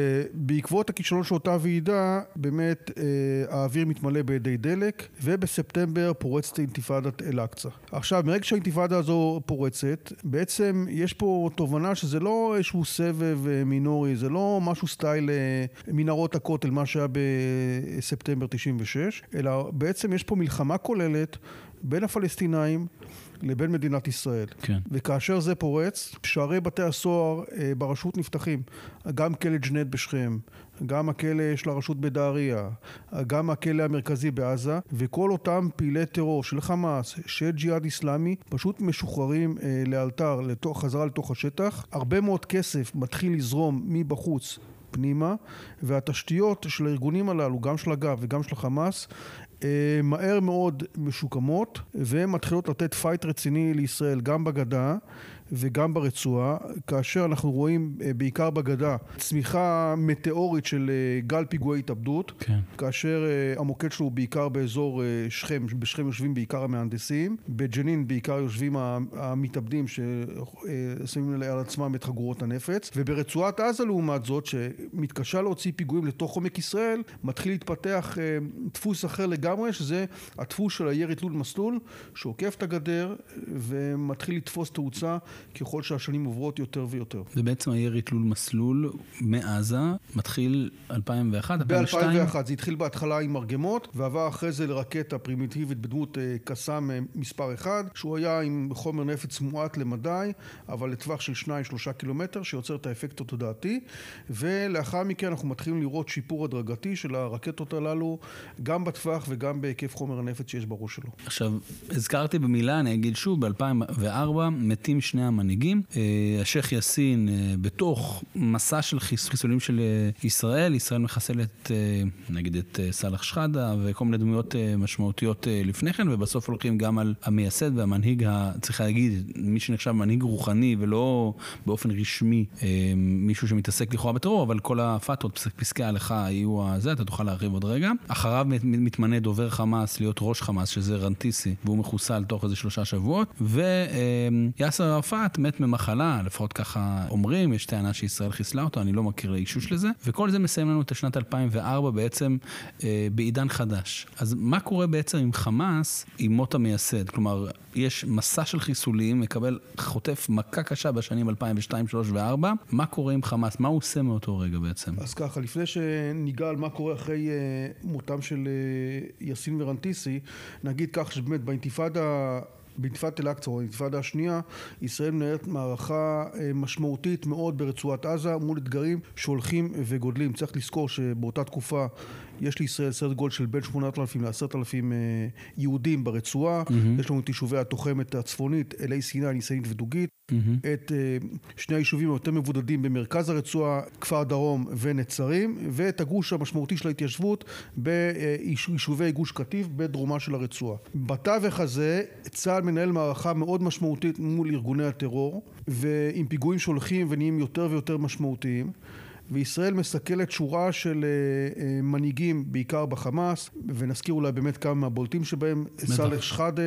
ובעקבות הכישלון של אותה ועידה, באמת האוויר מתמלא בידי דלק, ובספטמבר פורצת אינתיפאדת אל-אקצא. עכשיו, מרגע שהאינתיפאדה הזו פורצת, בעצם יש פה תובנה שזה לא איזשהו סבב מינורי, זה לא משהו סטייל מנהרות הכותל, מה שהיה בספטמבר 96, אלא בעצם יש פה מלחמה כוללת בין הפלסטינאים לבין מדינת ישראל. כן. וכאשר זה פורץ, שערי בתי הסוהר ברשות נפתחים. גם כלא ג'נד בשכם, גם הכלא של הרשות בדהריה, גם הכלא המרכזי בעזה, וכל אותם פעילי טרור של חמאס, של ג'יהאד איסלאמי, פשוט משוחררים לאלתר, חזרה לתוך השטח. הרבה מאוד כסף מתחיל לזרום מבחוץ פנימה, והתשתיות של הארגונים הללו, גם של הגאפ וגם של החמאס, מהר מאוד משוקמות, והן מתחילות לתת פייט רציני לישראל גם בגדה וגם ברצועה, כאשר אנחנו רואים בעיקר בגדה צמיחה מטאורית של גל פיגועי התאבדות, כן. כאשר המוקד שלו הוא בעיקר באזור שכם, בשכם יושבים בעיקר המהנדסים, בג'נין בעיקר יושבים המתאבדים ששמים על עצמם את חגורות הנפץ, וברצועת עזה לעומת זאת שמתקשה להוציא פיגועים לתוך עומק ישראל, מתחיל להתפתח דפוס אחר לגמרי, שזה הדפוס של הירי תלול מסלול, שעוקף את הגדר ומתחיל לתפוס תאוצה ככל שהשנים עוברות יותר ויותר. ובעצם הירי תלול מסלול מעזה מתחיל 2001, 2002? ב-2001, זה התחיל בהתחלה עם מרגמות, ועבר אחרי זה לרקטה פרימיטיבית בדמות קסאם מספר 1, שהוא היה עם חומר נפץ מועט למדי, אבל לטווח של 2-3 קילומטר, שיוצר את האפקט התודעתי, ולאחר מכן אנחנו מתחילים לראות שיפור הדרגתי של הרקטות הללו, גם בטווח וגם בהיקף חומר הנפץ שיש בראש שלו. עכשיו, הזכרתי במילה, אני אגיד שוב, ב-2004 מתים שני המנהיגים, השייח יאסין בתוך מסע של חיסולים של ישראל, ישראל מחסלת נגיד את סלאח שחאדה וכל מיני דמויות משמעותיות לפני כן, ובסוף הולכים גם על המייסד והמנהיג, צריך להגיד, מי שנחשב מנהיג רוחני ולא באופן רשמי מישהו שמתעסק לכאורה בטרור, אבל כל הפתות, פסקי ההלכה יהיו הזה, אתה תוכל להרחיב עוד רגע. אחריו מתמנה דובר חמאס להיות ראש חמאס, שזה רנטיסי, והוא מחוסל תוך איזה 3 שבועות, ויאסר ערפאת מת ממחלה, לפחות ככה אומרים, יש טענה שישראל חיסלה אותו, אני לא מכיר לאישוש לזה, וכל זה מסיים לנו את השנת 2004 בעצם בעידן חדש. אז מה קורה בעצם עם חמאס, עם מות המייסד? כלומר, יש מסע של חיסולים, מקבל חוטף מכה קשה בשנים 2002, 2003 ו-2004, מה קורה עם חמאס? מה הוא עושה מאותו רגע בעצם? אז ככה, לפני שניגע על מה קורה אחרי מותם של יאסין ורנטיסי, נגיד כך שבאמת באינתיפאדת אל-אקצא, או האינתיפאדה השנייה, ישראל מנהלת מערכה משמעותית מאוד ברצועת עזה, מול אתגרים שהולכים וגודלים. צריך לזכור שבאותה תקופה יש לישראל סדר גודל של בין 8,000 ל-10,000 יהודים ברצועה. יש לנו את יישובי התוחמת הצפונית, אלי סיני, ניסנית ודוגית. את שני היישובים היותר מבודדים במרכז הרצועה, כפר דרום ונצרים, ואת הגוש המשמעותי של ההתיישבות ביישובי גוש קטיף בדרומה של הרצועה. בתווך הזה צה"ל מנהל מערכה מאוד משמעותית מול ארגוני הטרור, ועם פיגועים שהולכים ונהיים יותר ויותר משמעותיים, וישראל מסכלת שורה של מנהיגים בעיקר בחמאס, ונזכיר אולי באמת כמה מהבולטים שבהם, סלאח שחאדה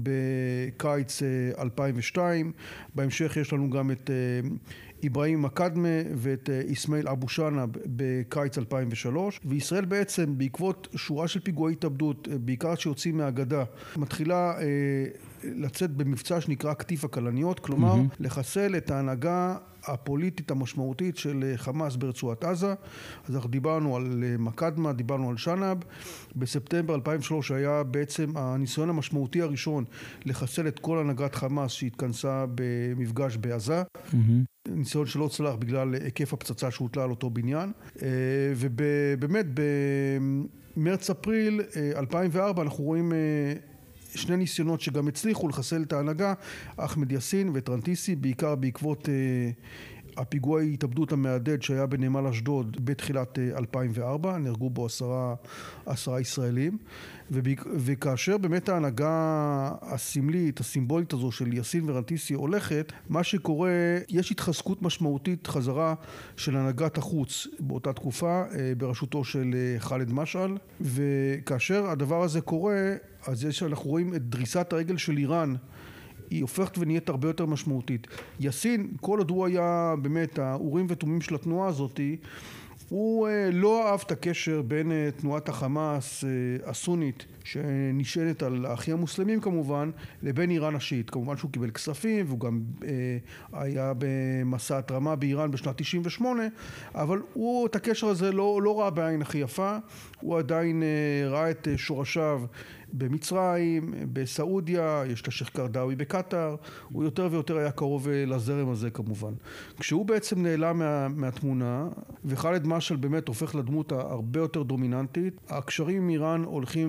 בקיץ 2002, בהמשך יש לנו גם את איברהים מקדמה ואת איסמעיל אבו שנה בקיץ 2003, וישראל בעצם בעקבות שורה של פיגועי התאבדות, בעיקר שיוצאים מהגדה, מתחילה לצאת במבצע שנקרא קטיף הכלניות, כלומר לחסל את ההנהגה הפוליטית המשמעותית של חמאס ברצועת עזה. אז אנחנו דיברנו על מקדמה, דיברנו על שנאב. בספטמבר 2003 היה בעצם הניסיון המשמעותי הראשון לחסל את כל הנהגת חמאס שהתכנסה במפגש בעזה. ניסיון שלא צלח בגלל היקף הפצצה שהוטלה על אותו בניין. ובאמת במרץ-אפריל 2004 אנחנו רואים שני ניסיונות שגם הצליחו לחסל את ההנהגה, אחמד יאסין ואת רנטיסי, בעיקר בעקבות הפיגוע ההתאבדות המהדהד שהיה בנמל אשדוד בתחילת 2004, נהרגו בו 10 ישראלים, וכאשר באמת ההנהגה הסמלית, הסימבולית הזו של יאסין ורנטיסי הולכת, מה שקורה, יש התחזקות משמעותית חזרה של הנהגת החוץ באותה תקופה, בראשותו של חאלד משעל, וכאשר הדבר הזה קורה, אז אנחנו רואים את דריסת הרגל של איראן, היא הופכת ונהיית הרבה יותר משמעותית. יאסין, כל עוד הוא היה באמת האורים ותומים של התנועה הזאת, הוא לא אהב את הקשר בין תנועת החמאס הסונית, שנשענת על האחים המוסלמים כמובן, לבין איראן השיעית. כמובן שהוא קיבל כספים, והוא גם היה במסע התרמה באיראן בשנת 98, אבל הוא את הקשר הזה לא ראה בעין הכי יפה, הוא עדיין ראה את שורשיו במצרים, בסעודיה, יש את השייח קרדאווי בקטר, הוא יותר ויותר היה קרוב לזרם הזה כמובן. כשהוא בעצם נעלם מהתמונה, וחאלד משעל באמת הופך לדמות הרבה יותר דומיננטית, הקשרים עם איראן הולכים הרבה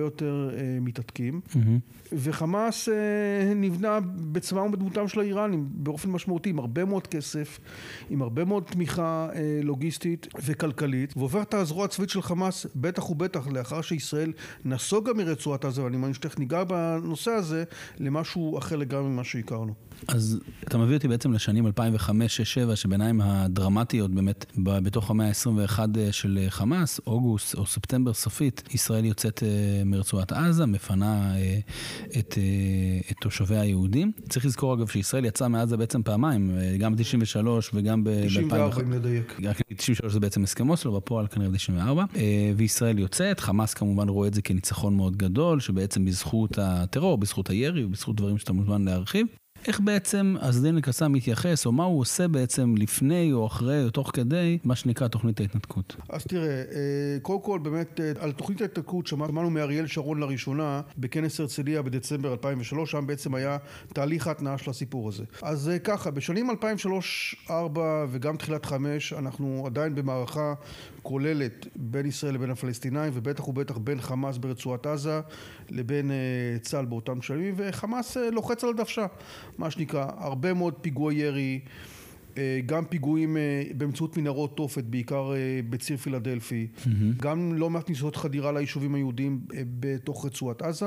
יותר מתעתקים. וחמאס נבנה בצבאם ובדמותם של האיראנים באופן משמעותי, עם הרבה מאוד כסף, עם הרבה מאוד תמיכה לוגיסטית וכלכלית, והופך את הזרוע הצבאית של חמאס, בטח ובטח לאחר שישראל נסוגה מרצועת עזה, ואני מאמין שתכף ניגע בנושא הזה, למשהו אחר לגמרי ממה שהכרנו. אז אתה מביא אותי בעצם לשנים 2005-2007, שבעיניים הדרמטיות באמת בתוך המאה ה-21 של חמאס, אוגוסט או ספטמבר סופית, ישראל יוצאת מרצועת עזה, מפנה את תושבי היהודים. צריך לזכור אגב שישראל יצאה מעזה בעצם פעמיים, גם ב-93 וגם ב-94 אם לדייק. 93 זה בעצם הסכם אוסלו, בפועל כנראה ב-94, וישראל יוצאת, חמאס כמובן רואה את זה כניצחון מאוד גדול, שבעצם בזכות הטרור, בזכות הירי ובזכות דברים שאתה מוזמן להרחיב. איך בעצם עז-דין אל-קסאם מתייחס, או מה הוא עושה בעצם לפני או אחרי או תוך כדי מה שנקרא תוכנית ההתנתקות? אז תראה, קודם כל באמת על תוכנית ההתנתקות שמענו מאריאל שרון לראשונה בכנס הרצליה בדצמבר 2003, שם בעצם היה תהליך ההתנעה של הסיפור הזה. אז ככה, בשנים 2003-2004 וגם תחילת 2005 אנחנו עדיין במערכה כוללת בין ישראל לבין הפלסטינאים, ובטח ובטח בין חמאס ברצועת עזה לבין צה"ל באותם שנים, וחמאס לוחץ על דוושה. מה שנקרא, הרבה מאוד פיגועי ירי, גם פיגועים באמצעות מנהרות תופת, בעיקר בציר פילדלפי, גם לא מעט ניסיונות חדירה ליישובים היהודיים בתוך רצועת עזה,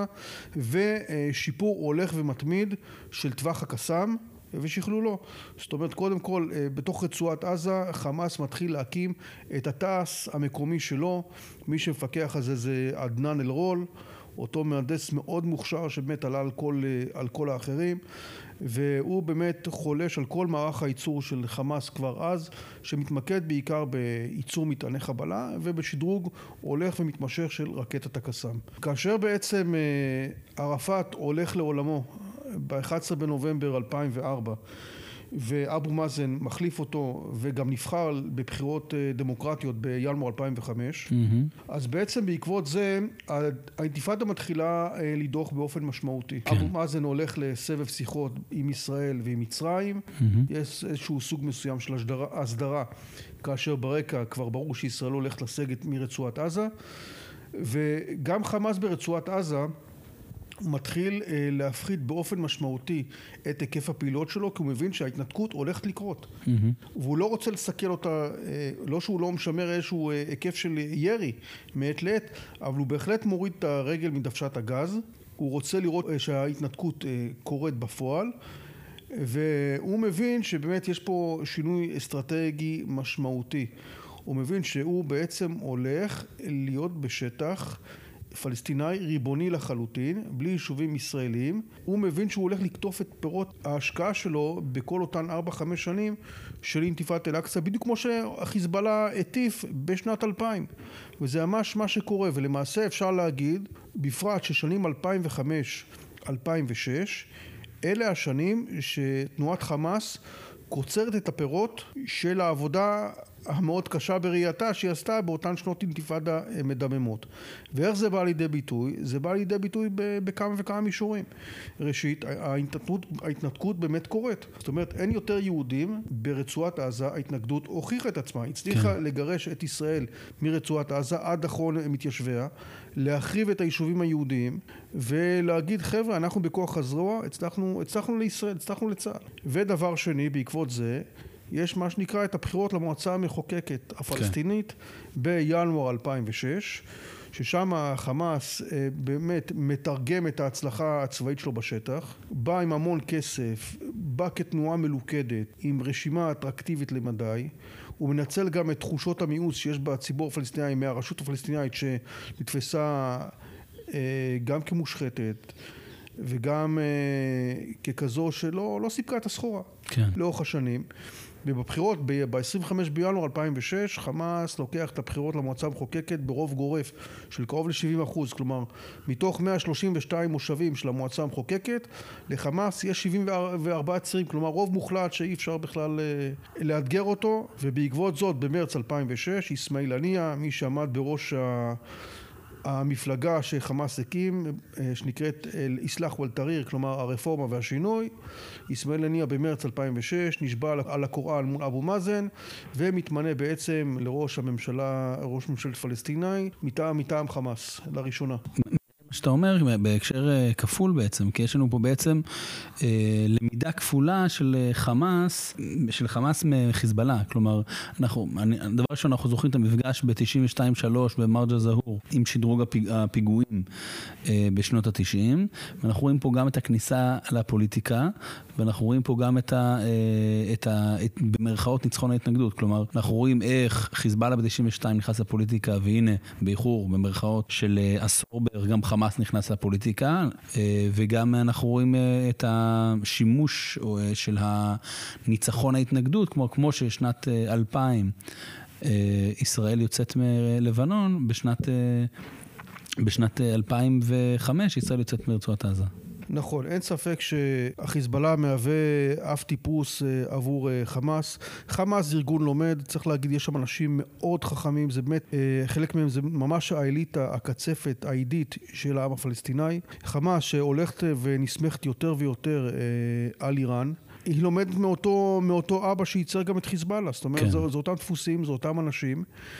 ושיפור הולך ומתמיד של טווח הקסאם ושכלולו. זאת אומרת, קודם כל, בתוך רצועת עזה, חמאס מתחיל להקים את התעש המקומי שלו. מי שמפקח על זה עדנאן אל-רול, אותו מהנדס מאוד מוכשר שבאמת עלה על כל האחרים, והוא באמת חולש על כל מערך הייצור של חמאס כבר אז, שמתמקד בעיקר בייצור מטעני חבלה ובשדרוג הולך ומתמשך של רקטת הקסאם. כאשר בעצם ערפאת הולך לעולמו ב-11 בנובמבר 2004, ואבו מאזן מחליף אותו וגם נבחר בבחירות דמוקרטיות בינואר 2005, אז בעצם בעקבות זה האינתיפאדה מתחילה לדוח באופן משמעותי. אבו מאזן הולך לסבב שיחות עם ישראל ועם מצרים, יש איזשהו סוג מסוים של הסדרה, כאשר ברקע כבר ברור שישראל הולכת לסגת מרצועת עזה, וגם חמאס ברצועת עזה הוא מתחיל להפחית באופן משמעותי את היקף הפעילות שלו, כי הוא מבין שההתנתקות הולכת לקרות. והוא לא רוצה לסכל אותה, לא שהוא לא משמר איזשהו היקף של ירי מעת לעת, אבל הוא בהחלט מוריד את הרגל מדוושת הגז. הוא רוצה לראות שההתנתקות קורית בפועל, והוא מבין שבאמת יש פה שינוי אסטרטגי משמעותי. הוא מבין שהוא בעצם הולך להיות בשטח פלסטיני ריבוני לחלוטין, בלי יישובים ישראלים. הוא מבין שהוא הולך לקטוף את פירות ההשקעה שלו בכל אותן 4-5 שנים של אינתיפאדת אל-אקצא, בדיוק כמו שהחיזבאללה הטיף בשנת 2000. וזה ממש מה שקורה, ולמעשה אפשר להגיד, בפרט ששנים 2005-2006, אלה השנים שתנועת חמאס קוצרת את הפירות של העבודה המאוד קשה בראייתה שהיא עשתה באותן שנות אינתיפאדה מדממות. ואיך זה בא לידי ביטוי? זה בא לידי ביטוי בכמה וכמה מישורים. ראשית, ההתנתקות באמת קורית. זאת אומרת, אין יותר יהודים ברצועת עזה, ההתנגדות הוכיחה את עצמה. הצליחה לגרש את ישראל מרצועת עזה עד אחרון מתיישביה, להחריב את היישובים היהודיים, ולהגיד, חבר'ה, אנחנו בכוח הזרוע, הצלחנו לישראל, הצלחנו לצה"ל. ודבר שני, בעקבות זה, יש מה שנקרא את הבחירות למועצה המחוקקת הפלסטינית בינואר 2006, ששם החמאס באמת מתרגם את ההצלחה הצבאית שלו בשטח, בא עם המון כסף, בא כתנועה מלוכדת, עם רשימה אטרקטיבית למדי, הוא מנצל גם את תחושות המיאוס שיש בציבור הפלסטיני מהרשות הפלסטינאית שנתפסה גם כמושחתת, וגם ככזו שלא סיפקה את הסחורה לאורך השנים. ובבחירות, ב-25 בינואר 2006, חמאס לוקח את הבחירות למועצה המחוקקת ברוב גורף של קרוב ל-70%. כלומר, מתוך 132 מושבים של המועצה המחוקקת, לחמאס יש 74 צירים, כלומר רוב מוחלט שאי אפשר בכלל לאתגר אותו. ובעקבות זאת, במרץ 2006, אסמאעיל הנייה, מי שעמד בראש המפלגה שחמאס הקים, שנקראת אל-איסלאח ואל-תחריר, כלומר הרפורמה והשינוי, אסמאעיל הנייה במרץ 2006 נשבע על הקוראן מול אבו מאזן, ומתמנה בעצם לראש הממשלה, ראש ממשלת פלסטיני, מטעם חמאס, לראשונה. שאתה אומר בהקשר כפול בעצם, כי יש לנו פה בעצם למידה כפולה של חמאס מחיזבאללה. כלומר, הדבר ראשון, אנחנו זוכרים את המפגש ב-92-3 במרג' זהור עם שדרוג הפיגועים בשנות ה-90, ואנחנו רואים פה גם את הכניסה לפוליטיקה, ואנחנו רואים פה גם במרכאות ניצחון ההתנגדות. כלומר, אנחנו רואים איך חיזבאללה ב-92 נכנס לפוליטיקה, והנה, באיחור, במרכאות של עשור בערך, גם חמאס נכנס לפוליטיקה, וגם אנחנו רואים את השימוש של הניצחון ההתנגדות, כמו ששנת 2000 ישראל יוצאת מלבנון, בשנת 2005 ישראל יוצאת מרצועת עזה. נכון, אין ספק שהחיזבאללה מהווה אף טיפוס עבור חמאס. חמאס זה ארגון לומד, צריך להגיד, יש שם אנשים מאוד חכמים, זה באמת, חלק מהם זה ממש האליטה, הקצפת, העידית של העם הפלסטיני. חמאס שהולכת ונסמכת יותר ויותר על איראן, היא לומדת מאותו אבא שייצר גם את חיזבאללה, זאת אומרת, זה אותם דפוסים, זה אותם אנשים.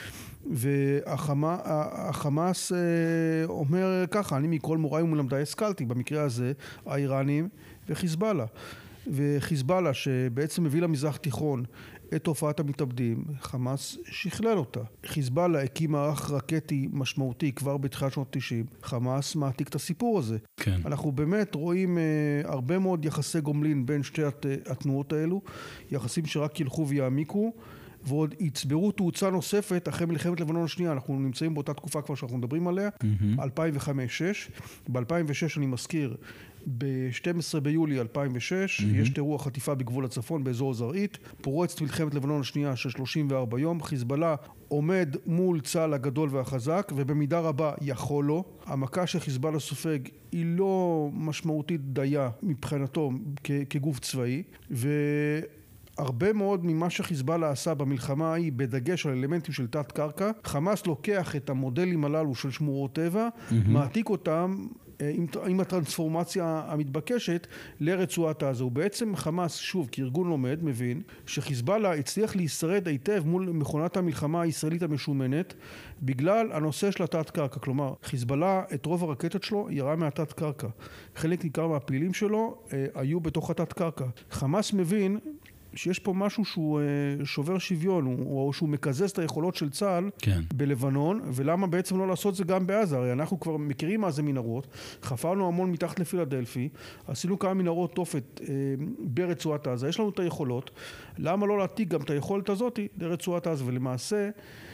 והחמאס אומר ככה, אני מכל מוריי ומלמדיי השכלתי, במקרה הזה האיראנים וחיזבאללה. וחיזבאללה שבעצם מביא למזרח תיכון את תופעת המתאבדים, חמאס שכלל אותה. חיזבאללה הקים מערך רקטי משמעותי כבר בתחילת שנות 90, חמאס מעתיק את הסיפור הזה. כן. אנחנו באמת רואים הרבה מאוד יחסי גומלין בין שתי התנועות האלו, יחסים שרק ילכו ויעמיקו, ועוד יצברו תאוצה נוספת אחרי מלחמת לבנון השנייה. אנחנו נמצאים באותה תקופה כבר שאנחנו מדברים עליה, 2005-2006. ב-2006 אני מזכיר, ב-12 ביולי 2006, יש תירוע חטיפה בגבול הצפון באזור זרעית, פורצת מלחמת לבנון השנייה של 34 יום, חיזבאללה עומד מול צה"ל הגדול והחזק, ובמידה רבה יכול לו. המכה שחיזבאללה סופג היא לא משמעותית דייה מבחינתו כגוף צבאי, הרבה מאוד ממה שחיזבאללה עשה במלחמה היא בדגש על אלמנטים של תת קרקע. חמאס לוקח את המודלים הללו של שמורות טבע, מעתיק אותם עם הטרנספורמציה המתבקשת לרצועת עזה. ובעצם חמאס, שוב, כארגון לומד, מבין שחיזבאללה הצליח להישרד היטב מול מכונת המלחמה הישראלית המשומנת בגלל הנושא של התת קרקע. כלומר, חיזבאללה את רוב הרקטות שלו ירה מהתת קרקע. חלק ניכר מהפעילים שלו היו בתוך התת קרקע. חמאס מבין שיש פה משהו שהוא שובר שוויון, או שהוא מקזז את היכולות של צה"ל בלבנון, ולמה בעצם לא לעשות זה גם בעזה? הרי אנחנו כבר מכירים מה זה מנהרות, חפרנו המון מתחת לפילדלפי, עשינו כמה מנהרות תופת ברצועת עזה, יש לנו את היכולות, למה לא להעתיק גם את היכולת הזאת לרצועת עזה? ולמעשה,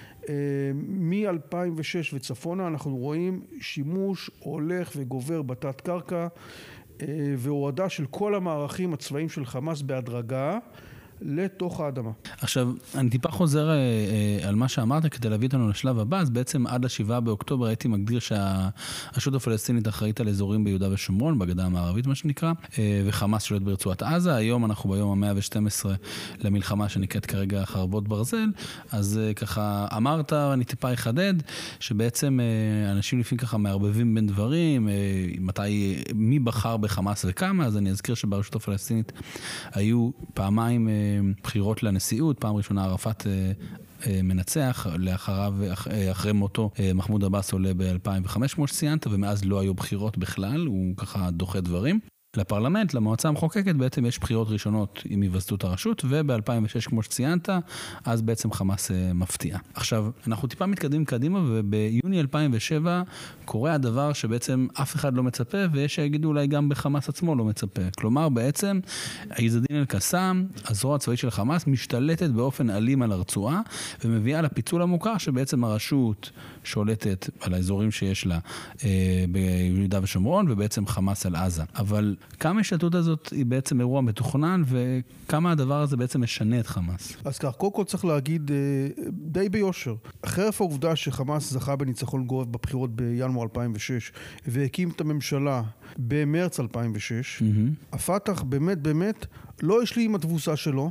מ-2006 וצפונה אנחנו רואים שימוש הולך וגובר בתת קרקע, והורדה של כל המערכים הצבאיים של חמאס בהדרגה לתוך האדמה. עכשיו, אני טיפה חוזר על מה שאמרת כדי להביא אותנו לשלב הבא, אז בעצם עד ה7 באוקטובר הייתי מגדיר שהרשות הפלסטינית אחראית על אזורים ביהודה ושומרון, בגדה המערבית מה שנקרא, וחמאס שולט ברצועת עזה. היום אנחנו ביום ה-112 למלחמה שנקראת כרגע חרבות ברזל, אז ככה אמרת, אני טיפה אחדד, שבעצם אנשים לפעמים ככה מערבבים בין דברים, מי בחר בחמאס וכמה, אז אני אזכיר שברשות הפלסטינית היו פעמיים בחירות לנשיאות, פעם ראשונה ערפאת מנצח, אחרי מותו מחמוד עבאס עולה ב-2005 כמו שציינת, ומאז לא היו בחירות בכלל, הוא ככה דוחה דברים. לפרלמנט, למועצה המחוקקת, בעצם יש בחירות ראשונות עם היווסדות הרשות, וב-2006 כמו שציינת, אז בעצם חמאס מפתיע. עכשיו, אנחנו טיפה מתקדמים קדימה, וביוני 2007 קורה הדבר שבעצם אף אחד לא מצפה, ויש שיגידו אולי גם בחמאס עצמו לא מצפה. כלומר, בעצם, עז א-דין אל-קסאם, הזרוע הצבאית של חמאס, משתלטת באופן אלים על הרצועה, ומביאה לפיצול המוכר שבעצם הרשות שולטת על האזורים שיש לה ביהודה ושומרון, ובעצם חמאס על עזה. אבל כמה השתלטות הזאת היא בעצם אירוע מתוכנן, וכמה הדבר הזה בעצם משנה את חמאס? אז כך, קודם כל צריך להגיד די ביושר. חרף העובדה שחמאס זכה בניצחון גורף בבחירות בינואר 2006, והקים את הממשלה במרץ 2006, הפתח באמת לא השלים עם התבוסה שלו,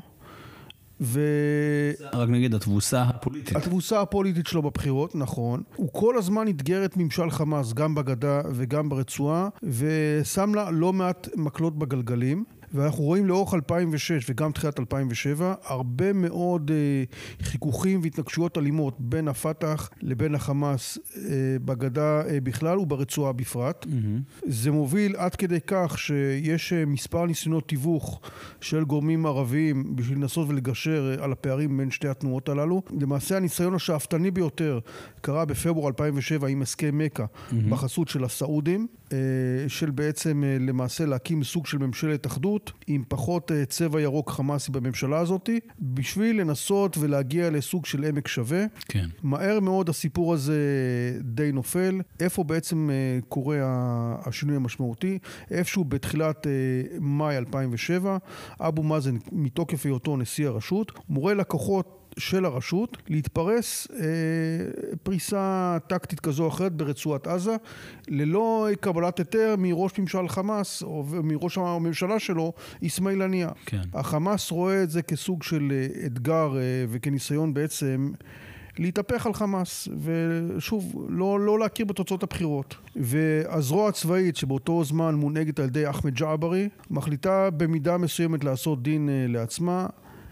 רק נגיד התבוסה הפוליטית. התבוסה הפוליטית שלו בבחירות, נכון. הוא כל הזמן התגר את ממשל חמאס, גם בגדה וגם ברצועה, ושם לה לא מעט מקלות בגלגלים. ואנחנו רואים לאורך 2006 וגם תחילת 2007, הרבה מאוד חיכוכים והתנגשויות אלימות בין הפתח לבין החמאס בגדה בכלל וברצועה בפרט. זה מוביל עד כדי כך שיש מספר ניסיונות תיווך של גורמים ערביים בשביל לנסות ולגשר על הפערים בין שתי התנועות הללו. למעשה הניסיון השאפתני ביותר קרה בפברואר 2007 עם הסכם מקה בחסות של הסעודים, של בעצם למעשה להקים סוג של ממשלת אחדות עם פחות צבע ירוק חמאסי בממשלה הזאת, בשביל לנסות ולהגיע לסוג של עמק שווה. כן. מהר מאוד הסיפור הזה די נופל. איפה בעצם קורה השינוי המשמעותי? איפשהו בתחילת מאי 2007, אבו מאזן מתוקף היותו נשיא הרשות, מורה לכוחות של הרשות להתפרס פריסה טקטית כזו או אחרת ברצועת עזה, ללא קבלת היתר מראש ממשל חמאס או מראש הממשלה שלו, אסמאעיל הנייה. כן. החמאס רואה את זה כסוג של אתגר וכניסיון בעצם להתהפך על חמאס, ושוב, לא להכיר בתוצאות הבחירות. והזרוע הצבאית שבאותו זמן מונהגת על ידי אחמד ג'עברי, מחליטה במידה מסוימת לעשות דין לעצמה,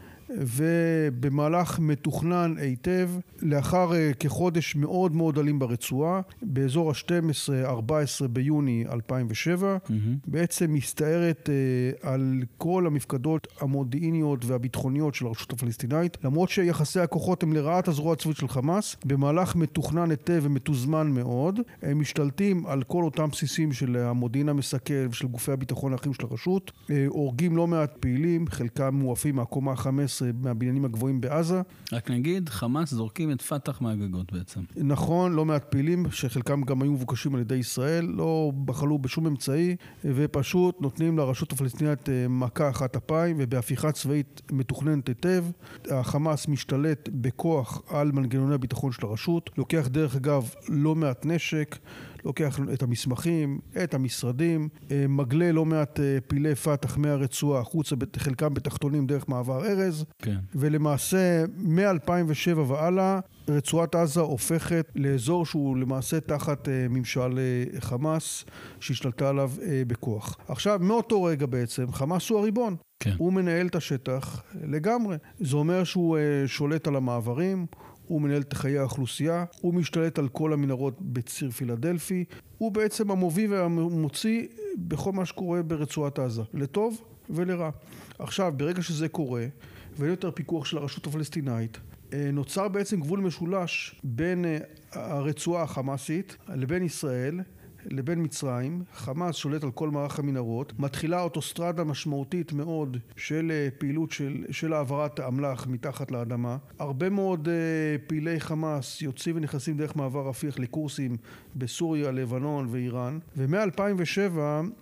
ובמהלך מתוכנן היטב, לאחר כחודש מאוד מאוד אלים ברצועה, באזור ה-12-14 ביוני 2007, בעצם מסתערת על כל המפקדות המודיעיניות והביטחוניות של הרשות הפלסטינאית, למרות שיחסי הכוחות הם לרעת הזרוע הצבאית של חמאס, במהלך מתוכנן היטב ומתוזמן מאוד, הם משתלטים על כל אותם בסיסים של המודיעין המסכל ושל גופי הביטחון האחרים של הרשות, הורגים לא מעט פעילים, חלקם מואפים מהקומה ה-15 מהבניינים הגבוהים בעזה. רק נגיד, חמאס זורקים את פתח מהגגות בעצם. נכון, לא מעט פעילים, שחלקם גם היו מבוקשים על ידי ישראל, לא בחלו בשום אמצעי, ופשוט נותנים לרשות הפלסטינית מכה אחת אפיים, ובהפיכה צבאית מתוכננת היטב. החמאס משתלט בכוח על מנגנוני הביטחון של הרשות, לוקח דרך אגב לא מעט נשק, לוקח את המסמכים, את המשרדים, מגלה לא מעט פעילי פתח מהרצועה החוצה, חלקם בתחתונים דרך מעבר ארז, כן. ולמעשה מ-2007 והלאה רצועת עזה הופכת לאזור שהוא למעשה תחת ממשל חמאס שהשתלטה עליו בכוח. עכשיו, מאותו רגע בעצם, חמאס הוא הריבון. כן. הוא מנהל את השטח לגמרי. זה אומר שהוא שולט על המעברים, הוא מנהל את חיי האוכלוסייה, הוא משתלט על כל המנהרות בציר פילדלפי, הוא בעצם המוביל והמוציא בכל מה שקורה ברצועת עזה, לטוב ולרע. עכשיו, ברגע שזה קורה, ואין יותר פיקוח של הרשות הפלסטינאית, נוצר בעצם גבול משולש בין הרצועה החמאסית לבין ישראל, לבין מצרים. חמאס שולט על כל מערך המנהרות, מתחילה אוטוסטרדה משמעותית מאוד של פעילות של העברת אמל"ח מתחת לאדמה. הרבה מאוד פעילי חמאס יוצאים ונכנסים דרך מעבר רפיח לקורסים בסוריה, לבנון ואיראן. ומ-2007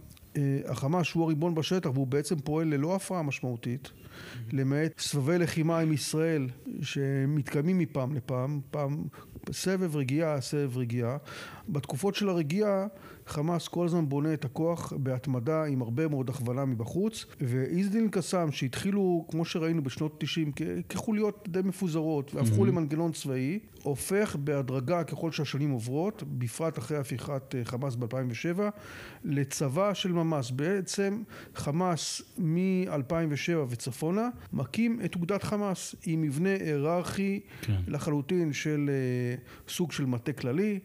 החמאס הוא הריבון בשטח, והוא בעצם פועל ללא הפרעה משמעותית, למעט סבבי לחימה עם ישראל שמתקיימים מפעם לפעם, פעם סבב רגיעה, סבב רגיעה. בתקופות של הרגיעה, חמאס כל הזמן בונה את הכוח בהתמדה עם הרבה מאוד הכוונה מבחוץ, ואיזדין קסאם שהתחילו, כמו שראינו בשנות 90, כחוליות די מפוזרות, והפכו למנגנון צבאי, הופך בהדרגה ככל שהשנים עוברות, בפרט אחרי הפיכת חמאס ב-2007, לצבא של ממש. בעצם חמאס מ-2007 וצפונה, מקים את אוגדת חמאס, עם מבנה היררכי לחלוטין של סוג של מטה כללי,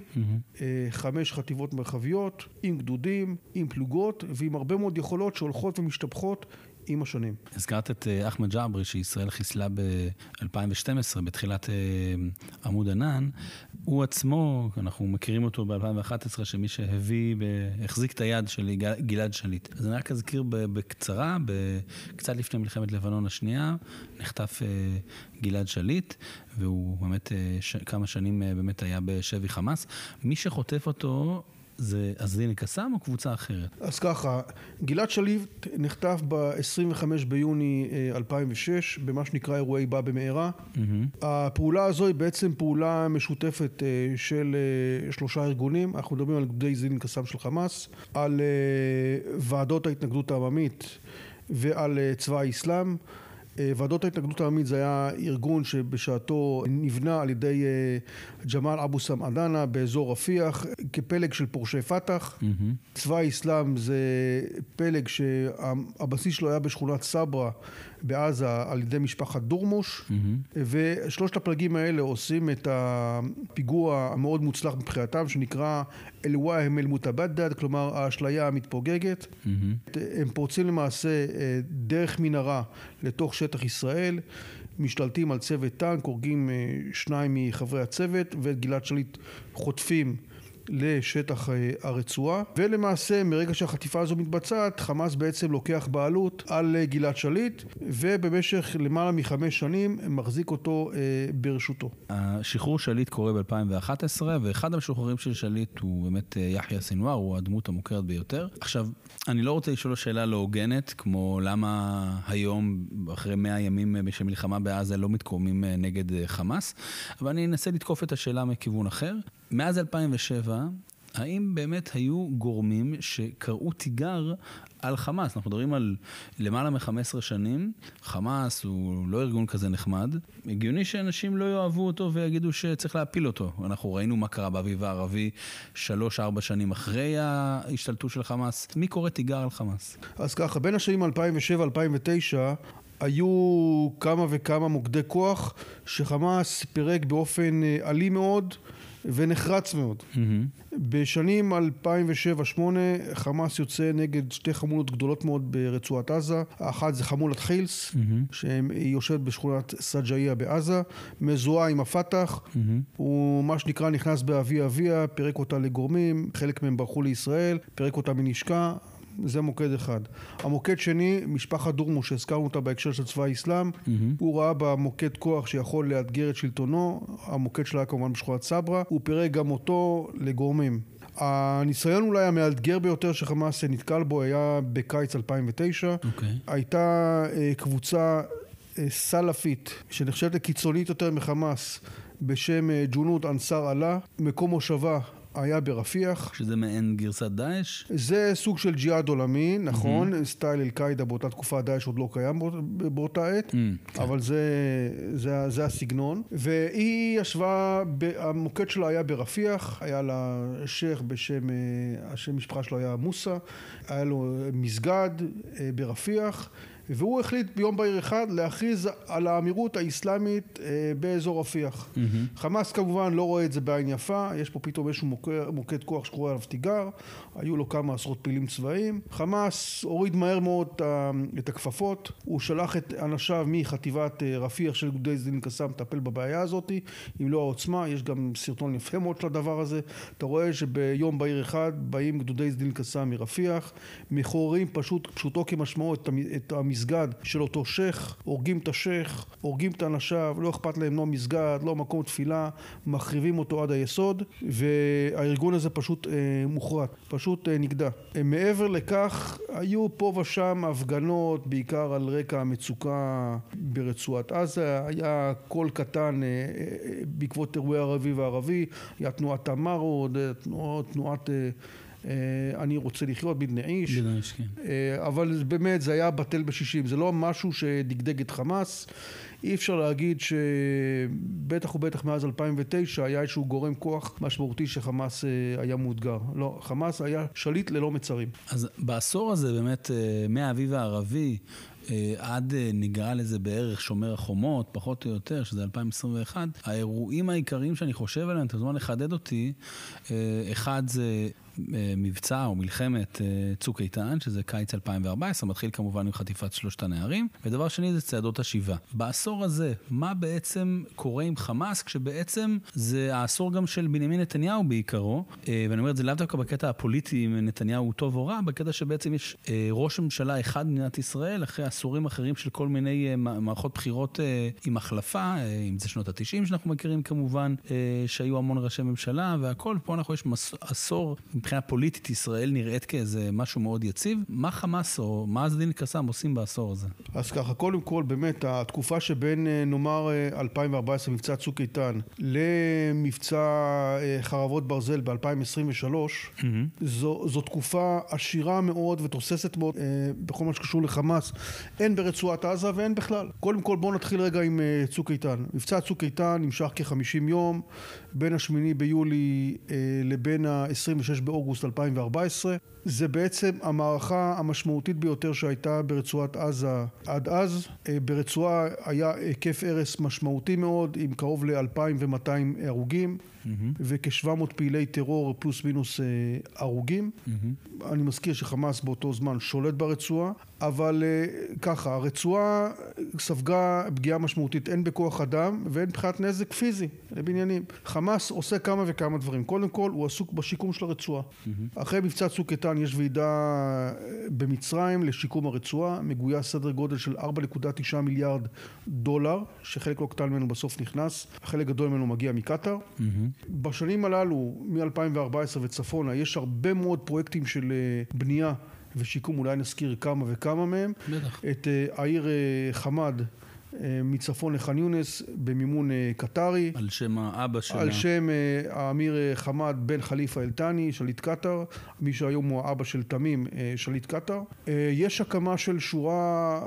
5 חטיבות מרחביות, עם גדודים, עם פלוגות, ועם הרבה מאוד יכולות שהולכות ומשתפכות עם השנים. הזכרת את אחמד ג'עברי, שישראל חיסלה ב-2012, בתחילת עמוד ענן. הוא עצמו, אנחנו מכירים אותו ב-2011, שמי החזיק את היד של גלעד שליט. אז אני רק אזכיר בקצרה, קצת לפני מלחמת לבנון השנייה, נחטף גלעד שליט, והוא באמת כמה שנים באמת היה בשבי חמאס. מי שחוטף אותו זה איזדין קסאם או קבוצה אחרת? אז ככה, גלעד שליט נחטף ב-25 ביוני 2006, במה שנקרא אירועי בא במהרה. הפעולה הזו היא בעצם פעולה משותפת של 3 ארגונים. אנחנו מדברים על גדודי איזדין קסאם של חמאס, על ועדות ההתנגדות העממית ועל צבא האסלאם. ועדות ההתנגדות העממית זה היה ארגון שבשעתו נבנה על ידי ג'מאל אבו סמעדנה באזור רפיח כפלג של פורשי פתח. צבא האסלאם זה פלג שהבסיס שלו היה בשכונת סברה בעזה על ידי משפחת דורמוש, ושלושת הפלגים האלה עושים את הפיגוע המאוד מוצלח מבחינתם שנקרא אל-והם אל-מוטבדד, כלומר האשליה המתפוגגת. הם פורצים למעשה דרך מנהרה לתוך שטח ישראל, משתלטים על צוות טנק, הורגים 2 מחברי הצוות ואת גלעד שליט חוטפים לשטח הרצועה, ולמעשה מרגע שהחטיפה הזו מתבצעת חמאס בעצם לוקח בעלות על גלעד שליט ובמשך למעלה מ5 שנים מחזיק אותו ברשותו. השחרור שליט קורה ב-2011 ואחד המשוחררים של שליט הוא באמת יחיא סנוואר, הוא הדמות המוכרת ביותר. עכשיו, אני לא רוצה לשאול שאלה לא הוגנת כמו למה היום אחרי 100 ימים של מלחמה בעזה לא מתקוממים נגד חמאס, אבל אני אנסה לתקוף את השאלה מכיוון אחר. מאז 2007, האם באמת היו גורמים שקראו תיגר על חמאס? אנחנו מדברים על למעלה מ-15 שנים, חמאס הוא לא ארגון כזה נחמד, הגיוני שאנשים לא יאהבו אותו ויגידו שצריך להפיל אותו. אנחנו ראינו מה קרה באביב הערבי 3-4 שנים אחרי ההשתלטות של חמאס. מי קורא תיגר על חמאס? אז ככה, בין השנים 2007-2009, היו כמה וכמה מוקדי כוח שחמאס פירק באופן אלים מאוד ונחרץ מאוד. בשנים 2007-2008 חמאס יוצא נגד 2 חמולות גדולות מאוד ברצועת עזה. האחת זה חמולת חילס, שהיא יושבת בשכונת סג'איה בעזה, מזוהה עם הפתח. הוא מה שנקרא נכנס באבי אביה, פירק אותה לגורמים, חלק מהם ברחו לישראל, פירק אותה מנשקה. זה מוקד אחד. המוקד שני, משפחת דורמוש, שהזכרנו אותה בהקשר של צבא האסלאם, הוא ראה במוקד כוח שיכול לאתגר את שלטונו, המוקד שלה כמובן בשכונת סברה, הוא פירק גם אותו לגורמים. הניסיון אולי המאתגר ביותר שחמאס נתקל בו היה בקיץ 2009. הייתה קבוצה סלאפית, שנחשבת לקיצונית יותר מחמאס, בשם ג'ונות אנסר אללה, מקום מושבה היה ברפיח. שזה מעין גרסת דאעש? זה סוג של ג'יהאד עולמי, נכון, סטייל אל-קאידה, באותה תקופה דאעש עוד לא קיים באותה עת, אבל זה הסגנון. והיא ישבה, המוקד שלה היה ברפיח, היה לה שייך בשם, השם משפחה שלו היה מוסא, היה לו מסגד ברפיח, והוא החליט ביום בהיר אחד להכריז על האמירות האסלאמית באזור רפיח. חמאס כמובן לא רואה את זה בעין יפה, יש פה פתאום איזשהו מוקד כוח שקורא עליו תיגר, היו לו כמה עשרות פעילים צבאיים. חמאס הוריד מהר מאוד את הכפפות, הוא שלח את אנשיו מחטיבת רפיח של גדודי סדין קסאם לטפל בבעיה הזאת, אם לא העוצמה, יש גם סרטון יפה מאוד של הדבר הזה. אתה רואה שביום בהיר אחד באים גדודי סדין קסאם מרפיח, מחוררים פשוטו כמשמעו את המסגד של אותו שייך, הורגים את השייך, הורגים את אנשיו, לא אכפת להם לא מסגד, לא מקום תפילה, מחריבים אותו עד היסוד, והארגון הזה פשוט מוחרט, פשוט נגדע. מעבר לכך, היו פה ושם הפגנות, בעיקר על רקע המצוקה ברצועת עזה, היה קול קטן בעקבות אירועי ערבי וערבי, היה תנועת תמרו, תנועת אני רוצה לחיות בדנאיש, כן. אבל באמת זה היה בטל ב-60, זה לא משהו שדגדג את חמאס. אי אפשר להגיד שבטח ובטח מאז 2009 היה איזשהו גורם כוח משמעותי שחמאס היה מאותגר. לא, חמאס היה שליט ללא מצרים. אז בעשור הזה באמת מהאביב הערבי עד נגרע לזה בערך שומר החומות, פחות או יותר, שזה 2021, האירועים העיקריים שאני חושב עליהם, אתה זמן לחדד אותי, אחד זה מבצע או מלחמת צוק איתן, שזה קיץ 2014, מתחיל כמובן עם חטיפת 3 הנערים, ודבר שני זה צעדות השיבה. בעשור הזה, מה בעצם קורה עם חמאס, כשבעצם זה העשור גם של בנימין נתניהו בעיקרו, ואני אומר את זה לאו דווקא בקטע הפוליטי, אם נתניהו הוא טוב או רע, בקטע שבעצם יש ראש ממשלה אחד במדינת ישראל, אחרי עשורים אחרים של כל מיני מערכות בחירות עם החלפה, אם זה שנות ה-90 שאנחנו מכירים כמובן, שהיו המון ראשי ממשלה והכל, פה אנחנו יש עשור מבחינה פוליטית ישראל נראית כאיזה משהו מאוד יציב. מה חמאס או מה עז דין קסאם עושים בעשור הזה? אז ככה, קודם כל, באמת, התקופה שבין, נאמר, 2014, מבצע צוק איתן, למבצע חרבות ברזל ב-2023, זו תקופה עשירה מאוד ותוססת מאוד בכל מה שקשור לחמאס, הן ברצועת עזה והן בכלל. קודם כל, בואו נתחיל רגע עם צוק איתן. מבצע צוק איתן נמשך כ-50 יום, בין ה-8 ביולי לבין ה-26 באוגוסט 2014. זה בעצם המערכה המשמעותית ביותר שהייתה ברצועת עזה עד אז. ברצועה היה היקף הרס משמעותי מאוד, עם קרוב ל-2,200 הרוגים, וכ-700 פעילי טרור פלוס מינוס הרוגים. אני מזכיר שחמאס באותו זמן שולט ברצועה, אבל ככה, הרצועה ספגה פגיעה משמעותית, הן בכוח אדם והן מבחינת נזק פיזי לבניינים. חמאס עושה כמה וכמה דברים. קודם כל, הוא עסוק בשיקום של הרצועה. אחרי מבצע צוק איתן יש ועידה במצרים לשיקום הרצועה, מגויס סדר גודל של 4.9 מיליארד דולר, שחלק לא קטן ממנו בסוף נכנס, החלק גדול ממנו מגיע מקטר. בשנים הללו, מ-2014 וצפונה, יש הרבה מאוד פרויקטים של בנייה ושיקום, אולי נזכיר כמה וכמה מהם. בטח. את העיר חמד מצפון לח'אן יונס במימון קטרי. על שם האבא שלה. על שם האמיר חמד בן חליפה אל-תני, שליט קטר, מי שהיום הוא האבא של תמים, שליט קטר. יש הקמה של שורה